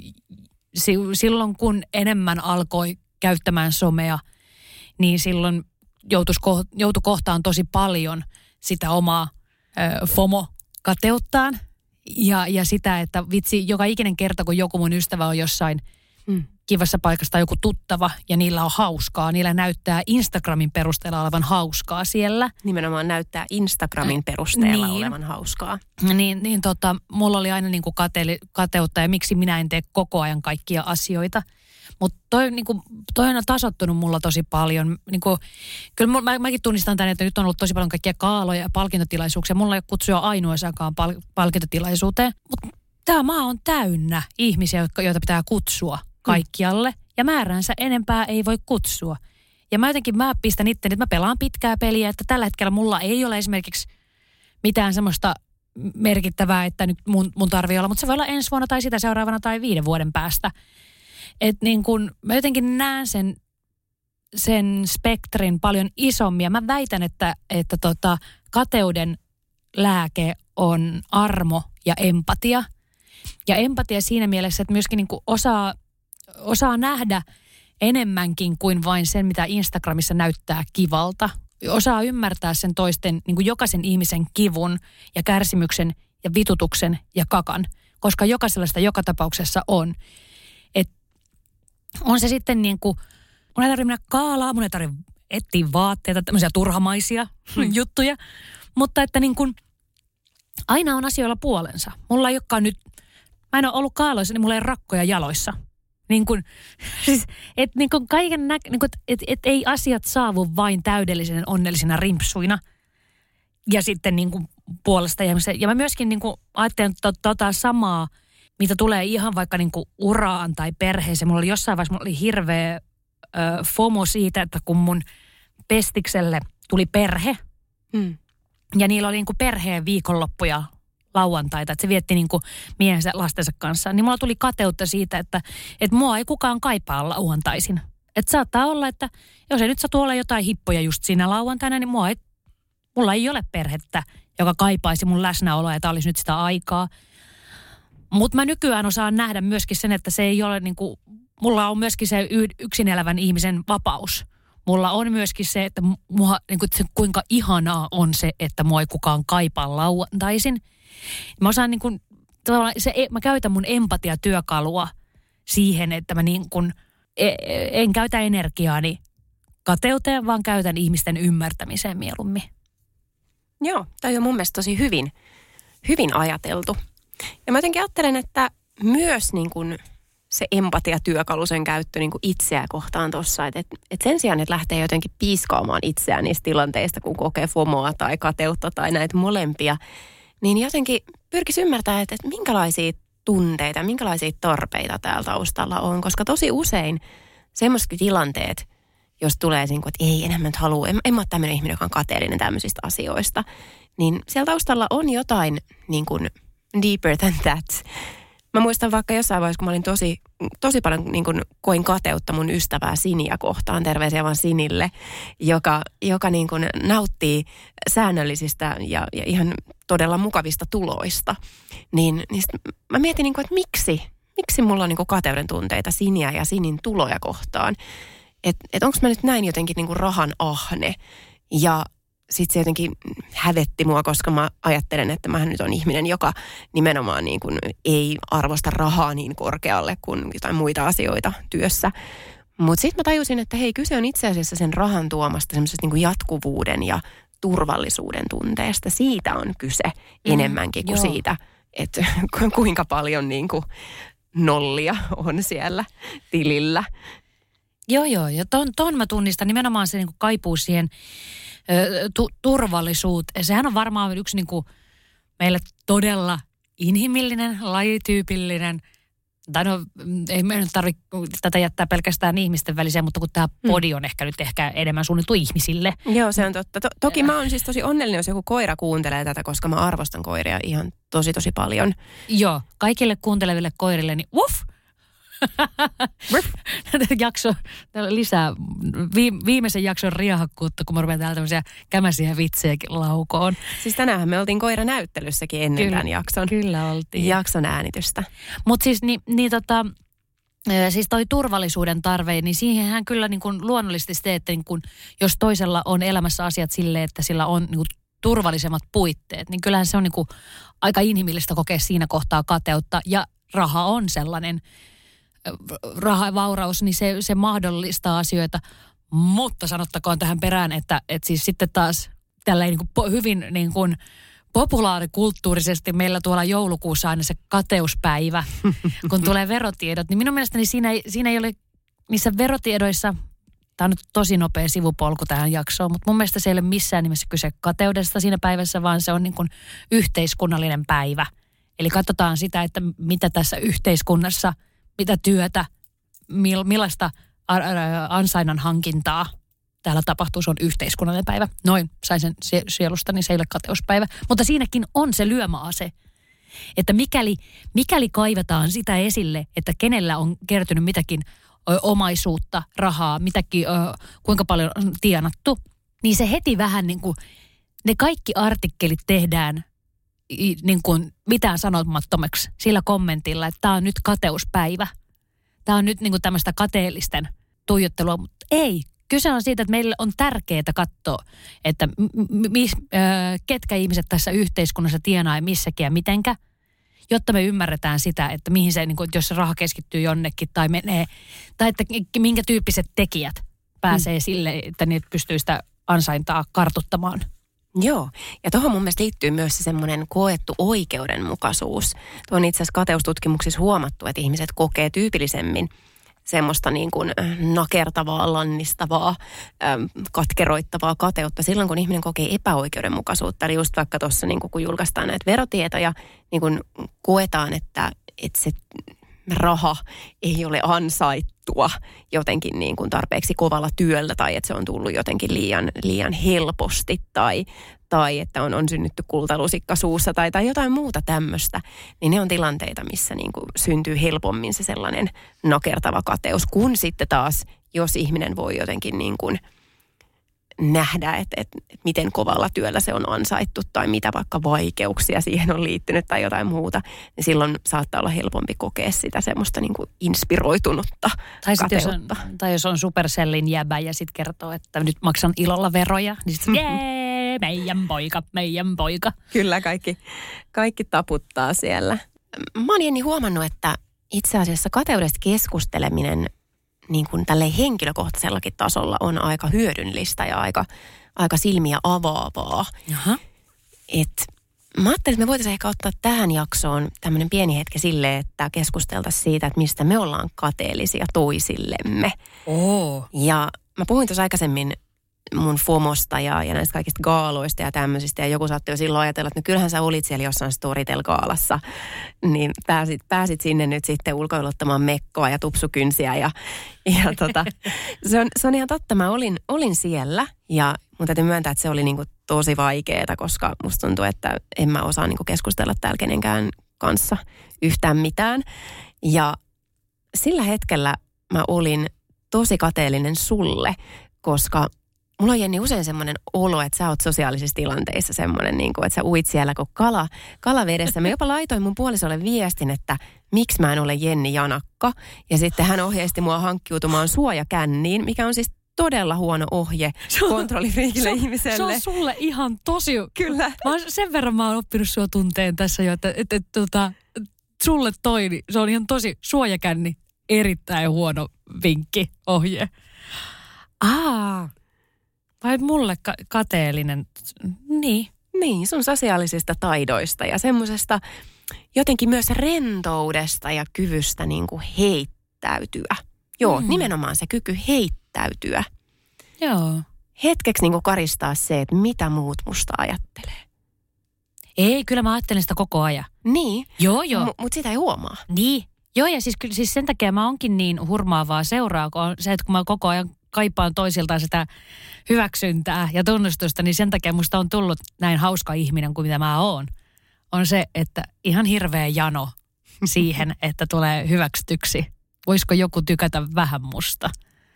silloin kun enemmän alkoi käyttämään somea, niin silloin joutui kohtaan tosi paljon sitä omaa FOMO-kateuttaan. Ja sitä, että vitsi, joka ikinen kerta, kun joku mun ystävä on jossain kivassa paikassa tai joku tuttava ja niillä on hauskaa, niillä näyttää Instagramin perusteella olevan hauskaa siellä. Nimenomaan näyttää Instagramin perusteella olevan hauskaa. Mulla oli aina niin kuin kateutta ja miksi minä en tee koko ajan kaikkia asioita. Mutta toi on tasoittunut mulla tosi paljon. Kyllä mäkin tunnistan tämän, että nyt on ollut tosi paljon kaikkia kaaloja ja palkintotilaisuuksia. Mulla ei ole kutsuja ainoassakaan palkintotilaisuuteen. Mutta tämä maa on täynnä ihmisiä, joita pitää kutsua kaikkialle. Ja määräänsä enempää ei voi kutsua. Ja mä pistän itteni, että mä pelaan pitkää peliä. Että tällä hetkellä mulla ei ole esimerkiksi mitään semmoista merkittävää, että nyt mun tarvii olla. Mutta se voi olla ensi vuonna tai sitä seuraavana tai 5 vuoden päästä. Että niin kun mä jotenkin näen sen spektrin paljon isommin. Ja mä väitän, että kateuden lääke on armo ja empatia. Ja empatia siinä mielessä, että myöskin niin kun osaa nähdä enemmänkin kuin vain sen, mitä Instagramissa näyttää kivalta. Osaa ymmärtää sen toisten, niin kuin jokaisen ihmisen kivun ja kärsimyksen ja vitutuksen ja kakan. Koska jokaisella sitä joka tapauksessa on. On se sitten niin kuin, mun ei tarvitse mennä kaalaa, mun ei tarvitse etsiä vaatteita, tämmöisiä turhamaisia juttuja. Mutta että niin kuin, aina on asioilla puolensa. Mulla ei olekaan nyt, mä en ole ollut kaaloissa, niin mulla ei ole rakkoja jaloissa. Niin kuin, siis, että niin kuin kaiken niin kuin, et ei asiat saavu vain täydellisen onnellisina rimpsuina. Ja sitten niin kuin puolesta. Ja mä myöskin niin kuin ajattelen samaa, mitä tulee ihan vaikka niin kuin uraan tai perheeseen. Mulla oli jossain vaiheessa hirveä FOMO siitä, että kun mun pestikselle tuli perhe. Ja niillä oli niin kuin perheen viikonloppuja lauantaita, että se vietti niin kuin miehensä lastensa kanssa. Niin mulla tuli kateutta siitä, että mua ei kukaan kaipaa lauantaisin. Että saattaa olla, että jos ei nyt satu olla jotain hippoja just siinä lauantaina, niin mulla ei ole perhettä, joka kaipaisi mun läsnäoloa, että olisi nyt sitä aikaa. Mutta mä nykyään osaan nähdä myöskin sen, että se ei ole niin kuin, mulla on myöskin se yksin elävän ihmisen vapaus. Mulla on myöskin se, että niin kuin, kuinka ihanaa on se, että mua ei kukaan kaipaa lauantaisin. Mä osaan niin kuin, mä käytän mun empatiatyökalua siihen, että mä niin kuin, en käytä energiaani kateuteen, vaan käytän ihmisten ymmärtämiseen mieluummin. Joo, toi on mun mielestä tosi hyvin ajateltu. Ja mä jotenkin ajattelen, että myös niin kuin se empatiatyökalu, sen käyttö niin kuin itseä kohtaan tuossa. Että sen sijaan, että lähtee jotenkin piiskaamaan itseään niistä tilanteista, kun kokee FOMOa tai kateutta tai näitä molempia, niin jotenkin pyrkisi ymmärtää, että minkälaisia tunteita, minkälaisia tarpeita täällä taustalla on. Koska tosi usein semmoiset tilanteet, jos tulee niin kuin, että ei enää mä nyt halua, en mä ole tämmöinen ihminen, joka on kateellinen tämmöisistä asioista, niin siellä taustalla on jotain niin kuin deeper than that. Mä muistan vaikka jossain vaiheessa, kun mä olin tosi paljon niin kuin koin kateutta mun ystävää Siniä kohtaan, terveisiä vaan Sinille, joka niin kuin nauttii säännöllisistä ja ihan todella mukavista tuloista. Niin mä mietin, niin kuin, että miksi mulla on niin kuin kateuden tunteita Siniä ja Sinin tuloja kohtaan. Että onko mä nyt näin jotenkin niin kuin rahan ahne. Ja sitten se jotenkin hävetti mua, koska mä ajattelen, että mähän nyt on ihminen, joka nimenomaan niin kuin ei arvosta rahaa niin korkealle kuin jotain muita asioita työssä. Mutta sitten mä tajusin, että hei, kyse on itse asiassa sen rahan tuomasta semmoisesta niin kuin jatkuvuuden ja turvallisuuden tunteesta. Siitä on kyse enemmänkin kuin siitä, että kuinka paljon niin kuin nollia on siellä tilillä. Joo, ja ton mä tunnistan nimenomaan se niin kuin kaipuu siihen turvallisuuteen. Sehän on varmaan yksi niin kuin meille todella inhimillinen, lajityypillinen, tai no ei me nyt tarvitse tätä jättää pelkästään ihmisten väliseen, mutta kun tämä podi on ehkä enemmän suunnittu ihmisille. Joo, se on totta. Toki mä oon siis tosi onnellinen, jos joku koira kuuntelee tätä, koska mä arvostan koiria ihan tosi paljon. Joo, kaikille kuunteleville koirille, niin wuff! Jakso lisää viimeisen jakson riahakkuutta, kun mä rupean täällä tämmöisiä kämäisiä vitsejäkin laukoon. Siis tänäänhän me oltiin koiranäyttelyssäkin ennen tämän jakson. Kyllä oltiin. Jakson äänitystä. Mutta siis siis toi turvallisuuden tarve, niin siihenhän kyllä niin kuin luonnollisesti se, että niin kuin, jos toisella on elämässä asiat silleen, että sillä on niin kuin turvallisemmat puitteet, niin kyllähän se on niin kuin aika inhimillistä kokea siinä kohtaa kateutta. Ja raha on sellainen raha ja vauraus, niin se mahdollistaa asioita. Mutta sanottakoon tähän perään, että siis sitten taas tälleen niin kuin hyvin niin kuin populaarikulttuurisesti meillä tuolla joulukuussa aina se kateuspäivä, kun tulee verotiedot, niin minun mielestäni siinä ei ole niissä verotiedoissa, tämä on nyt tosi nopea sivupolku tähän jaksoon, mutta mun mielestä se ei ole missään nimessä kyse kateudesta siinä päivässä, vaan se on niin kuin yhteiskunnallinen päivä. Eli katsotaan sitä, että mitä tässä yhteiskunnassa, mitä työtä, millaista ansainnan hankintaa täällä tapahtuu, se on yhteiskunnallinen päivä. Noin, sain sen sielusta, niin se ei ole kateuspäivä. Mutta siinäkin on se lyömäase, että mikäli kaivetaan sitä esille, että kenellä on kertynyt mitäkin omaisuutta, rahaa, mitäkin, kuinka paljon on tienattu, niin se heti vähän niin kuin, ne kaikki artikkelit tehdään niin kuin mitään sanomattomaksi sillä kommentilla, että tämä on nyt kateuspäivä. Tämä on nyt niin kuin tämmöistä kateellisten tuijottelua, mutta ei. Kyse on siitä, että meille on tärkeää katsoa, että ketkä ihmiset tässä yhteiskunnassa tienaa ja missäkin ja mitenkä, jotta me ymmärretään sitä, että mihin se, niin kuin, jos se raha keskittyy jonnekin tai menee, tai että minkä tyyppiset tekijät pääsee sille, että ne pystyy sitä ansaintaa kartuttamaan. Joo, ja tuohon mun mielestä liittyy myös se semmoinen koettu oikeudenmukaisuus. Tuo on itse asiassa kateustutkimuksissa huomattu, että ihmiset kokee tyypillisemmin semmoista niin kuin nakertavaa, lannistavaa, katkeroittavaa kateutta silloin, kun ihminen kokee epäoikeudenmukaisuutta. Eli just vaikka tuossa, niin kun julkaistaan näitä verotietoja, niin kun koetaan, että se raha ei ole ansaittua jotenkin niin kuin tarpeeksi kovalla työllä tai että se on tullut jotenkin liian helposti tai että on synnytty kultalusikka suussa tai jotain muuta tämmöistä, niin ne on tilanteita, missä niin kuin syntyy helpommin se sellainen nakertava kateus, kun sitten taas, jos ihminen voi jotenkin niin kuin nähdä, että miten kovalla työllä se on ansaittu tai mitä vaikka vaikeuksia siihen on liittynyt tai jotain muuta, niin silloin saattaa olla helpompi kokea sitä semmoista niin kuin inspiroitunutta kateutta. Tai jos on Supercellin jäbä ja sitten kertoo, että nyt maksan ilolla veroja, niin sitten jee, meidän poika. Kyllä, kaikki taputtaa siellä. Mä oon Jenni huomannut, että itse asiassa kateudesta keskusteleminen niin kuin tälleen henkilökohtaisellakin tasolla on aika hyödyllistä ja aika silmiä avaavaa. Jaha. Mä ajattelin, että me voitaisiin ehkä ottaa tähän jaksoon tämmöinen pieni hetki silleen, että keskusteltaisiin siitä, että mistä me ollaan kateellisia toisillemme. Ja mä puhuin tuossa aikaisemmin mun FOMosta ja näistä kaikista gaaloista ja tämmöisistä. Ja joku saattoi jo silloin ajatella, että no kyllähän sä olit siellä jossain Storytel-gaalassa. Niin pääsit sinne nyt sitten ulkoiluttamaan mekkoa ja tupsukynsiä. Se on ihan totta. Mä olin siellä ja mun täytyy myöntää, että se oli niinku tosi vaikeaa, koska musta tuntuu, että en mä osaa niinku keskustella täällä kenenkään kanssa yhtään mitään. Ja sillä hetkellä mä olin tosi kateellinen sulle, koska mulla on, Jenni, usein semmoinen olo, että sä oot sosiaalisissa tilanteissa semmoinen, niin kuin, että sä uit siellä kuin kala vedessä. Mä jopa laitoin mun puolisolle viestin, että miksi mä en ole Jenni Janakka. Ja sitten hän ohjeisti mua hankkiutumaan suojakänniin, mikä on siis todella huono ohje kontrollifriikille ihmiselle. Se on sulle ihan tosi... Kyllä. Sen verran mä oon oppinut sua tunteen tässä jo, että sulle niin se on ihan tosi suojakänni. Erittäin huono vinkki, ohje. Vai mulle kateellinen? Niin, sun sosiaalisista taidoista ja semmoisesta jotenkin myös rentoudesta ja kyvystä niin kuin heittäytyä. Joo, nimenomaan se kyky heittäytyä. Joo. Hetkeksi niin kuin karistaa se, että mitä muut musta ajattelee. Ei, kyllä mä ajattelen sitä koko ajan. Niin. Joo. Mutta sitä ei huomaa. Niin. Joo, ja siis sen takia mä onkin niin hurmaavaa seuraa, kun on se, että kun mä koko ajan kaipaan toisiltaan sitä hyväksyntää ja tunnustusta, niin sen takia musta on tullut näin hauska ihminen kuin mitä mä oon. On se, että ihan hirveä jano siihen, että tulee hyväksytyksi. Voisiko joku tykätä vähän musta?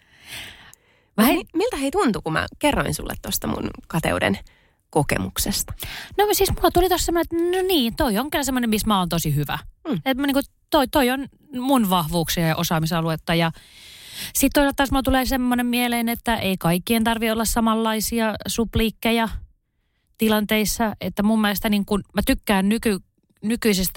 Miltä hei tuntui, kun mä kerroin sulle tuosta mun kateuden kokemuksesta? No siis mulla tuli tuossa semmoinen, että no niin, toi on kyllä semmoinen, missä mä oon tosi hyvä. Että niin toi on mun vahvuuksia ja osaamisaluetta ja sitten toisaalta taas mulla tulee semmoinen mieleen, että ei kaikkien tarvitse olla samanlaisia supliikkeja tilanteissa. Että mun mielestä niin kun, mä tykkään nykyisestä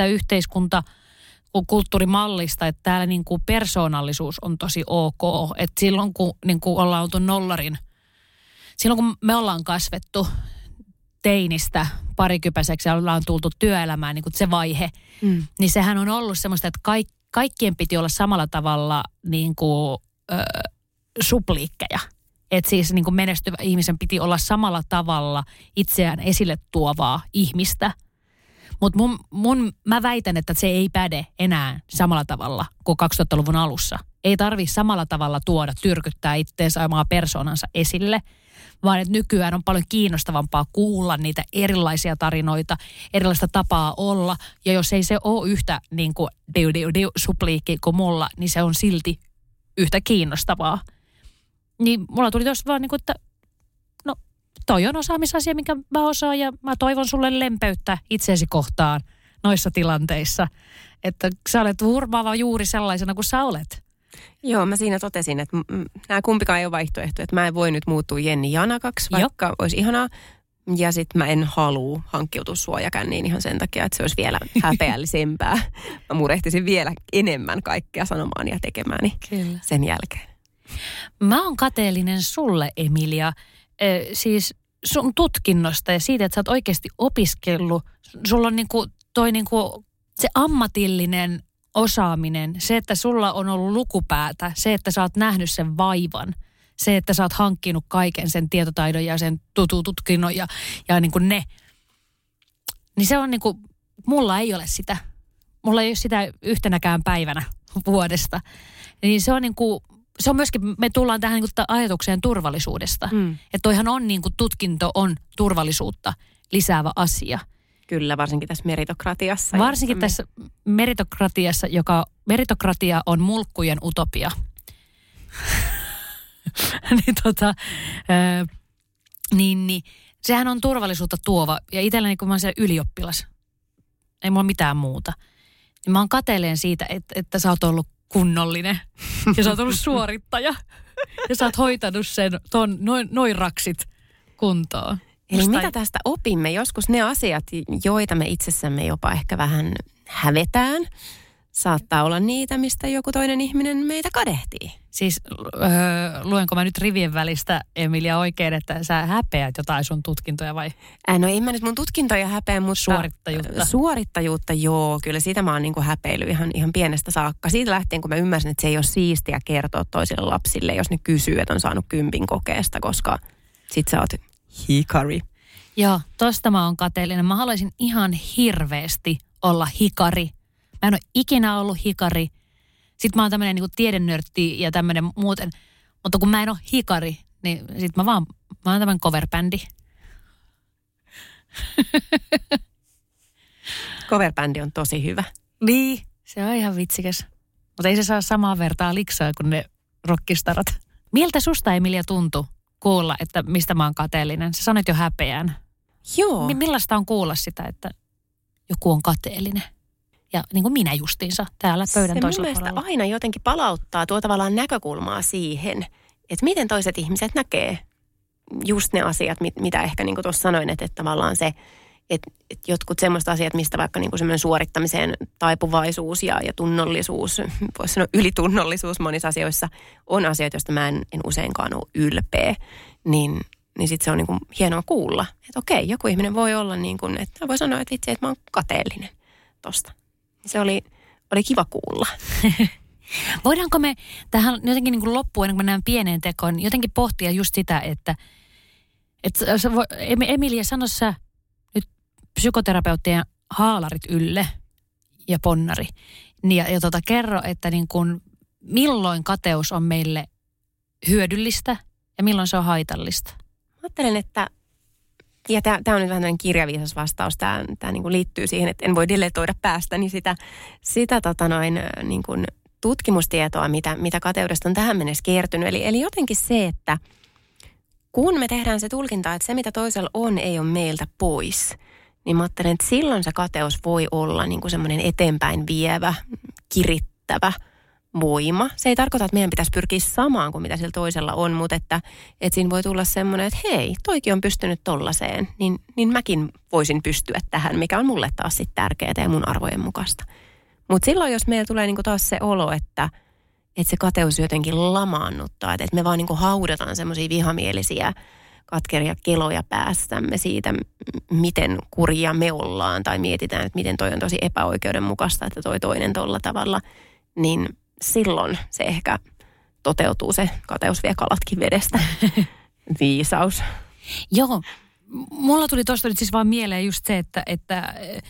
kulttuurimallista, että täällä niin kuin persoonallisuus on tosi ok. Että silloin kun niin kuin ollaan oltu nollarin, silloin kun me ollaan kasvettu teinistä parikypäiseksi ja ollaan tultu työelämään, niin kuin se vaihe, niin sehän on ollut semmoista, että kaikkien piti olla samalla tavalla niin kuin supliikkeja. Että siis niin kuin menestyvä ihmisen piti olla samalla tavalla itseään esille tuovaa ihmistä. Mutta mä väitän, että se ei päde enää samalla tavalla kuin 2000-luvun alussa. Ei tarvitse samalla tavalla tyrkyttää itseensä omaa persoonansa esille, vaan että nykyään on paljon kiinnostavampaa kuulla niitä erilaisia tarinoita, erilaista tapaa olla. Ja jos ei se ole yhtä niin kuin supliikki kuin mulla, niin se on silti yhtä kiinnostavaa. Niin mulla tuli tuossa vaan niin kuin, että no toi on osaamisasia, minkä mä osaan ja mä toivon sulle lempeyttä itseesi kohtaan noissa tilanteissa. Että sä olet hurmaava juuri sellaisena kuin sä olet. Joo, mä siinä totesin, että nämä kumpikaan ei ole vaihtoehto, että mä en voi nyt muuttua Jenni Janakaksi, vaikka olisi ihanaa. Ja sitten mä en halua hankkiutua suojakänniin ihan sen takia, että se olisi vielä häpeällisempää. Mä murehtisin vielä enemmän kaikkea sanomaan ja tekemääni sen jälkeen. Mä oon kateellinen sulle, Emilia. Siis sun tutkinnosta ja siitä, että sä oot oikeasti opiskellut. Sulla on niinku toi niinku se ammatillinen osaaminen, se, että sulla on ollut lukupäätä, se, että sä oot nähnyt sen vaivan, se, että sä oot hankkinut kaiken sen tietotaidon ja sen tutkinnon ja niinku ne. Niin se on niinku, mulla ei ole sitä. Mulla ei ole sitä yhtenäkään päivänä vuodesta. Niin se on niinku, se on myöskin, me tullaan tähän niinku ajatukseen turvallisuudesta. Että toihan on niinku, tutkinto on turvallisuutta lisäävä asia. Kyllä, varsinkin tässä meritokratiassa. Varsinkin tässä meritokratiassa, meritokratia on mulkkujen utopia. niin, sehän on turvallisuutta tuova. Ja itselläni, kun mä oon siellä ylioppilas, ei mulla mitään muuta. Niin mä oon kateelleen siitä, että sä oot ollut kunnollinen. Ja sä oot ollut suorittaja. Ja sä oot hoitanut sen noin raksit kuntoon. Eli mitä tästä opimme? Joskus ne asiat, joita me itsessämme jopa ehkä vähän hävetään, saattaa olla niitä, mistä joku toinen ihminen meitä kadehtii. Siis luenko mä nyt rivien välistä, Emilia, oikein, että sä häpeät jotain sun tutkintoja vai? No en mä nyt mun tutkintoja häpeä, mutta suorittajuutta, joo. Kyllä siitä mä oon niinku häpeillyt ihan pienestä saakka. Siitä lähtien, kun mä ymmärsin, että se ei ole siistiä kertoa toisille lapsille, jos ne kysyy, että on saanut 10 kokeesta, koska sit sä oot hikari. Joo, tosta mä oon kateellinen. Mä haluaisin ihan hirveästi olla hikari. Mä en ole ikinä ollut hikari. Sitten mä oon tämmönen niinku tiedennörtti ja tämmönen muuten. Mutta kun mä en ole hikari, niin sit mä oon tämmönen coverbändi. Coverbändi on tosi hyvä. Niin, se on ihan vitsikäs. Mutta ei se saa samaa vertaa liksaa kuin ne rockistarat. Miltä susta, Emilia, tuntui kuulla, että mistä mä oon kateellinen? Sä sanoit jo häpeän. Joo. Millaista on kuulla sitä, että joku on kateellinen? Ja niin kuin minä justiinsa täällä pöydän toisella puolella. Se mun mielestä aina jotenkin palauttaa tuo tavallaan näkökulmaa siihen, että miten toiset ihmiset näkee just ne asiat, mitä ehkä niin kuin tuossa sanoin, että tavallaan se, että jotkut semmoista asiat, mistä vaikka niin kuin semmoinen suorittamiseen taipuvaisuus ja tunnollisuus, voisi sanoa ylitunnollisuus monissa asioissa, on asioita, joista mä en useinkaan ole ylpeä, niin sitten se on niin kuin hienoa kuulla, että okei, joku ihminen voi olla niin kuin, että voi sanoa, että vitsi, että mä oon kateellinen tosta. Se oli kiva kuulla. Voidaanko me tähän jotenkin niin kuin loppuun, ennen kuin mennään pieneen tekoon, jotenkin pohtia just sitä, että Emilia, sano sä nyt psykoterapeuttien haalarit ylle ja ponnari. Ja kerro, että niin kuin, milloin kateus on meille hyödyllistä ja milloin se on haitallista. Mä ajattelen, että ja tämä on nyt vähän tämmöinen kirjaviisas vastaus. Tämä niin kuin liittyy siihen, että en voi deletoida päästäni sitä niin kuin tutkimustietoa, mitä kateudesta on tähän mennessä kertynyt. Eli jotenkin se, että kun me tehdään se tulkinta, että se mitä toisella on, ei ole meiltä pois, niin mä ajattelen, että silloin se kateus voi olla niin kuin semmoinen eteenpäin vievä, kirittävä voima. Se ei tarkoita, että meidän pitäisi pyrkiä samaan kuin mitä sillä toisella on, mutta että siinä voi tulla semmoinen, että hei, toikin on pystynyt tollaiseen, niin mäkin voisin pystyä tähän, mikä on mulle taas sitten tärkeää ja mun arvojen mukaista. Mutta silloin, jos meillä tulee niinku taas se olo, että se kateus jotenkin lamaannuttaa, että me vaan niinku haudataan semmoisia vihamielisiä katkeria keloja päässämme siitä, miten kurjia me ollaan, tai mietitään, että miten toi on tosi epäoikeudenmukaista, että toi toinen tolla tavalla, niin silloin se ehkä toteutuu, se kateus vie kalatkin vedestä. Viisaus. Joo. Mulla tuli tuosta nyt siis vaan mieleen just se, että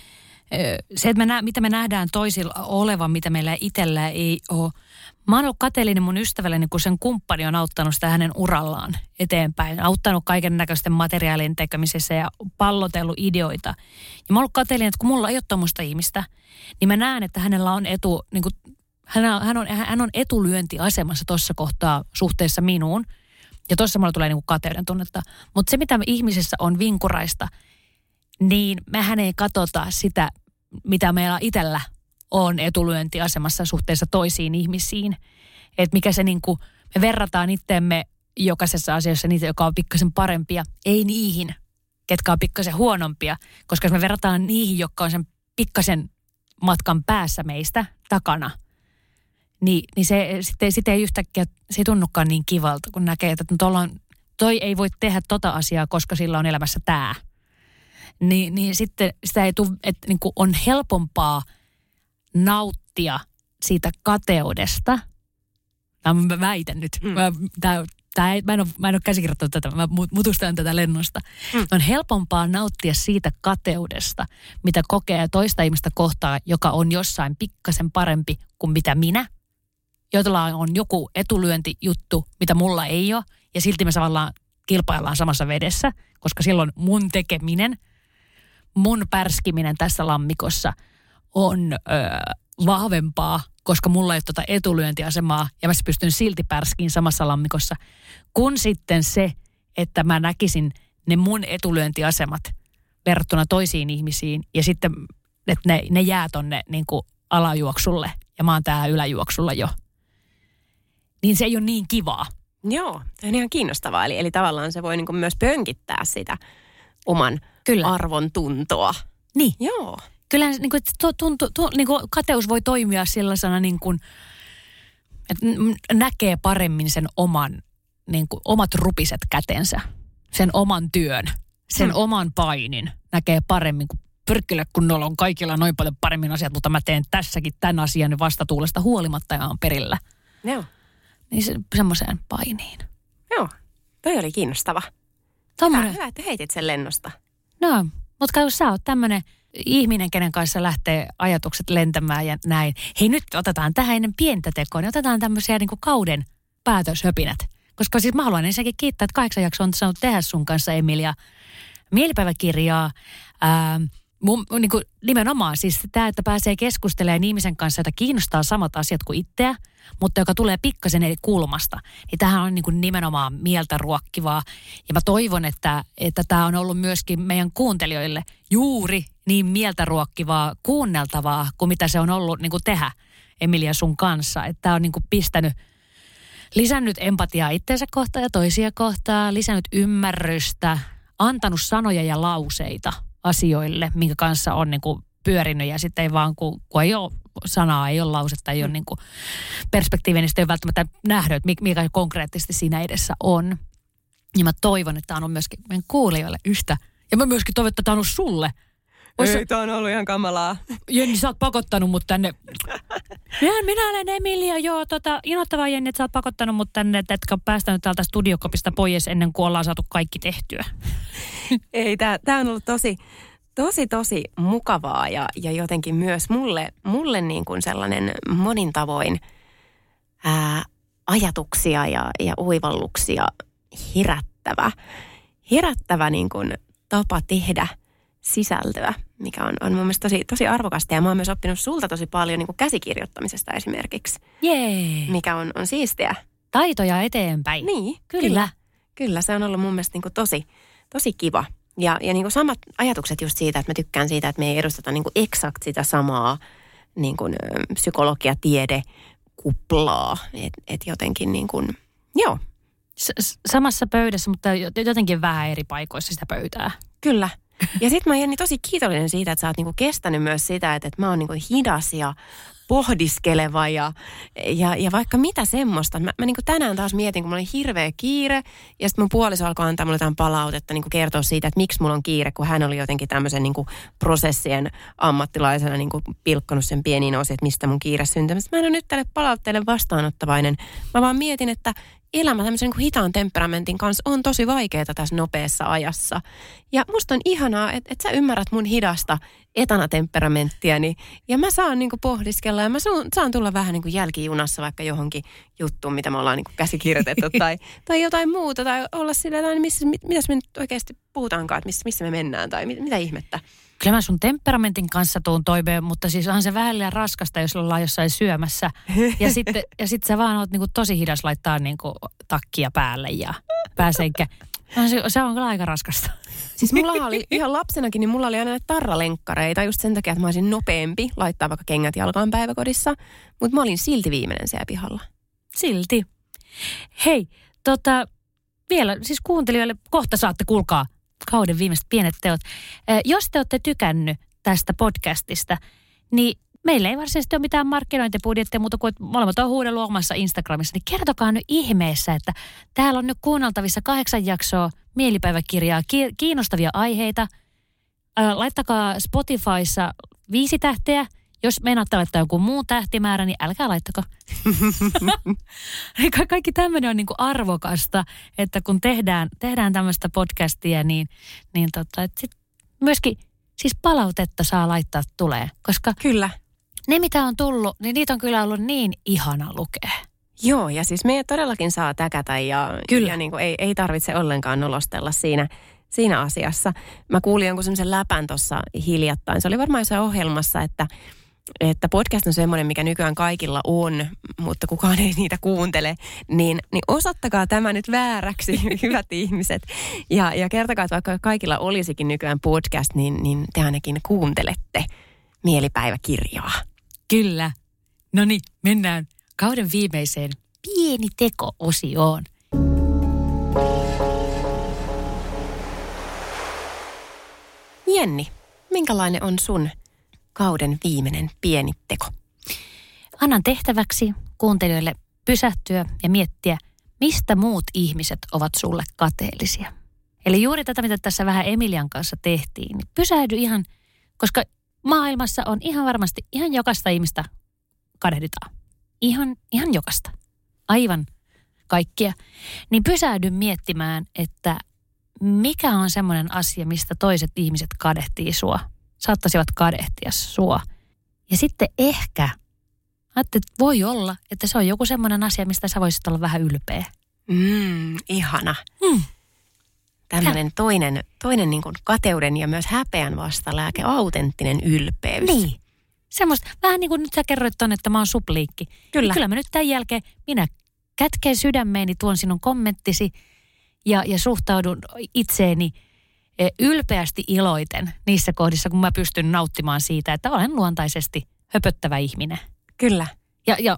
mitä me nähdään toisilla olevan, mitä meillä itsellä ei ole. Mä oon ollut kateellinen mun ystävälleni, kun sen kumppani on auttanut sitä hänen urallaan eteenpäin. Auttanut kaiken näköisten materiaalien tekemisessä ja pallotellut ideoita. Ja mä oon ollut kateellinen, että kun mulla ei ole tommoista ihmistä, niin mä näen, että hänellä on niin kuin hän on etulyöntiasemassa tuossa kohtaa suhteessa minuun. Ja tuossa mulla tulee niin kuin kateuden tunnetta. Mutta se, mitä ihmisessä on vinkuraista, niin mehän ei katsota sitä, mitä meillä itsellä on etulyöntiasemassa suhteessa toisiin ihmisiin. Että mikä se niin kuin, me verrataan itseemme jokaisessa asiassa niitä, joka on pikkasen parempia, ei niihin, ketkä on pikkasen huonompia. Koska jos me verrataan niihin, jotka on sen pikkasen matkan päässä meistä takana, niin se sitten ei yhtäkkiä, se ei tunnukaan niin kivalta, kun näkee, että tuolla on toi ei voi tehdä tota asiaa, koska sillä on elämässä tää. Niin sitten sitä ei tule, että niin kuin on helpompaa nauttia siitä kateudesta. Mä väitän nyt. Mä en ole käsikirjoittanut tätä, mä mutustan tätä lennosta. On helpompaa nauttia siitä kateudesta, mitä kokee toista ihmistä kohtaa, joka on jossain pikkasen parempi kuin mitä minä. Joilla on joku etulyöntijuttu, mitä mulla ei ole. Ja silti me tavallaan kilpaillaan samassa vedessä, koska silloin mun tekeminen, mun pärskiminen tässä lammikossa on vahvempaa, koska mulla ei ole tuota etulyöntiasemaa ja mä pystyn silti pärskiin samassa lammikossa, kun sitten se, että mä näkisin ne mun etulyöntiasemat verrattuna toisiin ihmisiin ja sitten, että ne jää tonne niin kuin alajuoksulle ja mä oon täällä yläjuoksulla jo. Niin se ei ole niin kivaa. Joo, se on ihan kiinnostavaa. Eli tavallaan se voi niin kuin myös pönkittää sitä oman arvon tuntoa. Niin. Joo. Kyllä niin kuin kateus voi toimia sellaisena, niin kuin, että näkee paremmin sen omat rupiset kätensä, sen oman työn, sen oman painin. Näkee paremmin kuin pyrkille, kun noilla on kaikilla noin paljon paremmin asiat, mutta mä teen tässäkin tämän asian vastatuulesta huolimatta ja on perillä. Joo. Niin semmoiseen painiin. Joo, toi oli kiinnostava. Hyvä, että heitit sen lennosta. No, mutta kato, sä oot tämmönen ihminen, kenen kanssa lähtee ajatukset lentämään ja näin. Hei, nyt otetaan tähän ennen pientä tekoa, niin otetaan tämmöisiä niin kuin kauden päätöshöpinät. Koska siis mä haluan ensinnäkin kiittää, että 8 jaksoa on saanut tehdä sun kanssa, Emilia, mielipäiväkirjaa. Niin kuin nimenomaan siis tämä, että pääsee keskustelemaan ihmisen kanssa, jota kiinnostaa samat asiat kuin itseä, mutta joka tulee pikkasen eri kulmasta. Niin tämähän on niin kuin nimenomaan mieltä ruokkivaa. Ja mä toivon, että tämä on ollut myöskin meidän kuuntelijoille juuri niin mieltä ruokkivaa, kuunneltavaa kuin mitä se on ollut niin kuin tehdä Emilia sun kanssa. Että tämä on niin kuin lisännyt empatiaa itseensä kohtaan ja toisia kohtaan, lisännyt ymmärrystä, antanut sanoja ja lauseita asioille, minkä kanssa on niin kuin pyörinyt ja sitten ei vaan, kun ei ole sanaa, ei ole lausetta, ei ole niin kuin perspektiiviä, niin sitten ei ole välttämättä nähdä, että mikä konkreettisesti siinä edessä on. Ja mä toivon, että tämä on ollut myöskin meidän kuulijoille yhtä. Ja mä myöskin toivon, että tämä on ollut sulle. Ei, tämä on ollut ihan kamalaa. Jenni, sä oot pakottanut mut tänne. Minä olen Emilia, joo, innoittavaa Jenni, että sä oot pakottanut mut tänne, että etkä päästänyt täältä studiokopista pois ennen kuin ollaan saatu kaikki tehtyä. Ei, tää on ollut tosi mukavaa ja jotenkin myös mulle niin kuin sellainen monin tavoin ajatuksia ja oivalluksia herättävä niin kuin tapa tehdä sisältöä, mikä on mun mielestä tosi arvokasta. Ja mä oon myös oppinut sulta tosi paljon niin kuin käsikirjoittamisesta esimerkiksi. Jee. Mikä on siistiä. Taitoja eteenpäin. Niin, kyllä. Se on ollut mun mielestä niin kuin tosi kiva. Ja niin kuin samat ajatukset just siitä, että mä tykkään siitä, että me ei edusteta niin kuin eksakt sitä samaa niin kuin psykologia-tiede kuplaa. Et jotenkin niin kuin, joo. Samassa pöydässä, mutta jotenkin vähän eri paikoissa sitä pöytää. Kyllä. Ja sit mä oon Jenni tosi kiitollinen siitä, että sä oot niinku kestänyt myös sitä, että mä oon niinku hidas ja pohdiskeleva ja vaikka mitä semmoista. Mä niinku tänään taas mietin, kun mulla oli hirveä kiire ja sitten mun puoliso alkoi antaa mulle jotain palautetta, niinku kertoa siitä, että miksi mulla on kiire, kun hän oli jotenkin tämmöisen niinku prosessien ammattilaisena niinku pilkkonut sen pieniin osiin, että mistä mun kiire syntyy. Mä en ole nyt tälle palautteelle vastaanottavainen. Mä vaan mietin, että elämä tämmöisen niin hitaan temperamentin kanssa on tosi vaikeaa tässä nopeassa ajassa. Ja musta on ihanaa, että sä ymmärrät mun hidasta etanatemperamenttiani. Ja mä saan niin kuin pohdiskella ja mä saan tulla vähän niin kuin jälkijunassa vaikka johonkin juttuun, mitä me ollaan niin kuin käsikirjoitettu tai jotain muuta. Tai olla sillä tavalla, mitäs me nyt oikeasti puhutaankaan, että missä me mennään tai mitä ihmettä. Kyllä mä sun temperamentin kanssa tuun toimeen, mutta siis onhan se vähän liian raskasta, jos ollaan jossain syömässä. Ja sitten sä vaan oot niinku tosi hidas laittaa niinku takkia päälle ja pääseenkä. Se on kyllä aika raskasta. Siis mulla oli ihan lapsenakin, niin mulla oli aina tarralenkkareita just sen takia, että mä olisin nopeampi laittaa vaikka kengät jalkaan päiväkodissa. Mutta mä olin silti viimeinen siellä pihalla. Silti. Hei, vielä siis kuuntelijoille kohta saatte kuulkaa kauden viimeiset pienet teot. Jos te olette tykännyt tästä podcastista, niin meillä ei varsinaisesti ole mitään markkinointibudjettia, mutta kun molemmat on huudellut omassa Instagramissa, niin kertokaa nyt ihmeessä, että täällä on nyt kuunneltavissa 8 jaksoa mielipäiväkirjaa, kiinnostavia aiheita. Laittakaa Spotifyssa 5 tähteä. Jos meinaatte laittaa joku muu tähtimäärä, niin älkää laittako. Kaikki tämmöinen on niin kuin arvokasta, että kun tehdään tämmöistä podcastia, niin että sit myöskin siis palautetta saa laittaa tulee. Koska Kyllä. Ne, mitä on tullut, niin niitä on kyllä ollut niin ihana lukea. Joo, ja siis meidät todellakin saa täkätä ja niin kuin ei tarvitse ollenkaan nolostella siinä asiassa. Mä kuulin jonkun semmoisen läpän tuossa hiljattain. Se oli varmaan jossain ohjelmassa, että podcast on semmoinen, mikä nykyään kaikilla on, mutta kukaan ei niitä kuuntele. Niin osoittakaa tämä nyt vääräksi, hyvät ihmiset. Ja kertokaa, että vaikka kaikilla olisikin nykyään podcast, niin te ainakin kuuntelette mielipäiväkirjaa. Kyllä. No niin, mennään kauden viimeiseen pieni teko-osioon. Jenni, minkälainen on sun kauden viimeinen pieni teko? Annan tehtäväksi kuuntelijoille pysähtyä ja miettiä, mistä muut ihmiset ovat sulle kateellisia. Eli juuri tätä, mitä tässä vähän Emilian kanssa tehtiin, niin pysähdy ihan, koska maailmassa on ihan varmasti ihan jokaista ihmistä kadehditaan. Ihan jokaista. Aivan kaikkia. Niin pysähdy miettimään, että mikä on semmoinen asia, mistä toiset ihmiset kadehtii sua. Saattaisivat kadehtia sua. Ja sitten ehkä, että voi olla, että se on joku semmoinen asia, mistä sä voisit olla vähän ylpeä. Ihana. Tämmöinen toinen niin kuin kateuden ja myös häpeän vastalääke, autenttinen ylpeys. Niin. Semmoista, vähän niin kuin nyt sä kerroit ton, että mä oon supliikki. Kyllä. Kyllä mä nyt tämän jälkeen, minä kätken sydämeeni, tuon sinun kommenttisi ja suhtaudun itseeni ylpeästi iloiten niissä kohdissa, kun mä pystyn nauttimaan siitä, että olen luontaisesti höpöttävä ihminen. Kyllä. Ja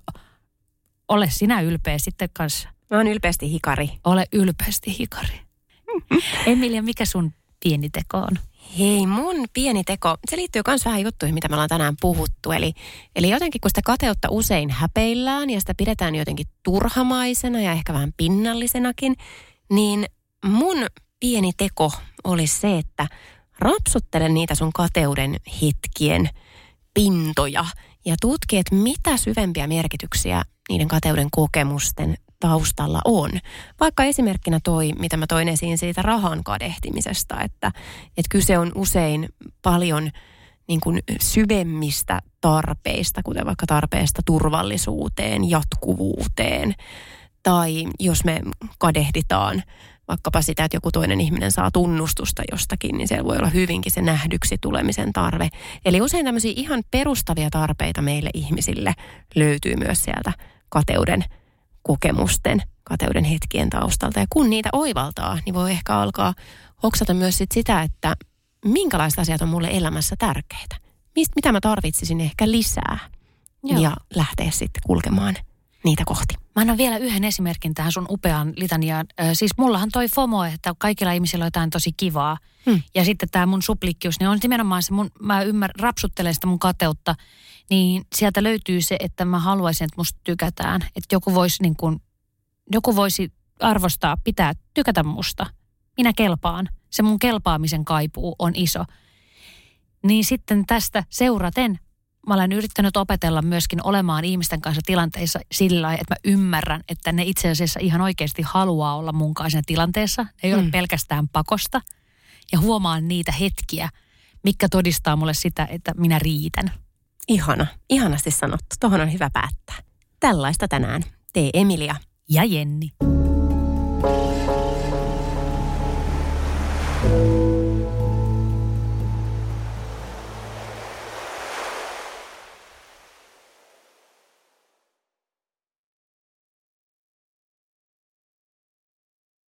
ole sinä ylpeä sitten kanssa. Mä oon ylpeästi hikari. Ole ylpeästi hikari. Emilia, mikä sun pieni teko on? Hei, mun pieni teko, se liittyy myös vähän juttuihin, mitä me ollaan tänään puhuttu. Eli jotenkin, kun sitä kateutta usein häpeillään ja sitä pidetään jotenkin turhamaisena ja ehkä vähän pinnallisenakin, niin mun pieni teko olisi se, että rapsuttele niitä sun kateuden hetkien pintoja ja tutki, että mitä syvempiä merkityksiä niiden kateuden kokemusten taustalla on. Vaikka esimerkkinä mitä mä toin esiin siitä rahan kadehtimisesta, että kyse on usein paljon niin kuin syvemmistä tarpeista, kuten vaikka tarpeesta turvallisuuteen, jatkuvuuteen. Tai jos me kadehditaan vaikkapa sitä, että joku toinen ihminen saa tunnustusta jostakin, niin siellä voi olla hyvinkin se nähdyksi tulemisen tarve. Eli usein tämmöisiä ihan perustavia tarpeita meille ihmisille löytyy myös sieltä kateuden kokemusten, kateuden hetkien taustalta. Ja kun niitä oivaltaa, niin voi ehkä alkaa hoksata myös sitä, että minkälaiset asiat on mulle elämässä tärkeitä. Mitä mä tarvitsisin ehkä lisää. Joo. Ja lähteä sitten kulkemaan niitä kohti. Mä annan vielä yhden esimerkin tähän sun upeaan litaniaan. Siis mullahan toi FOMO, että kaikilla ihmisillä on jotain tosi kivaa. Ja sitten tämä mun suplikkius, niin on nimenomaan se mä rapsuttelen sitä mun kateutta. Niin sieltä löytyy se, että mä haluaisin, että musta tykätään. Että joku voisi arvostaa, tykätä musta. Minä kelpaan. Se mun kelpaamisen kaipuu on iso. Niin sitten tästä seuraten mä olen yrittänyt opetella myöskin olemaan ihmisten kanssa tilanteissa sillä lailla, että mä ymmärrän, että ne itse asiassa ihan oikeasti haluaa olla mun kanssa siinä tilanteessa. Ne ei ole pelkästään pakosta. Ja huomaan niitä hetkiä, mitkä todistaa mulle sitä, että minä riitän. Ihanasti sanottu. Tuohon on hyvä päättää. Tällaista tänään. Tee Emilia ja Jenni.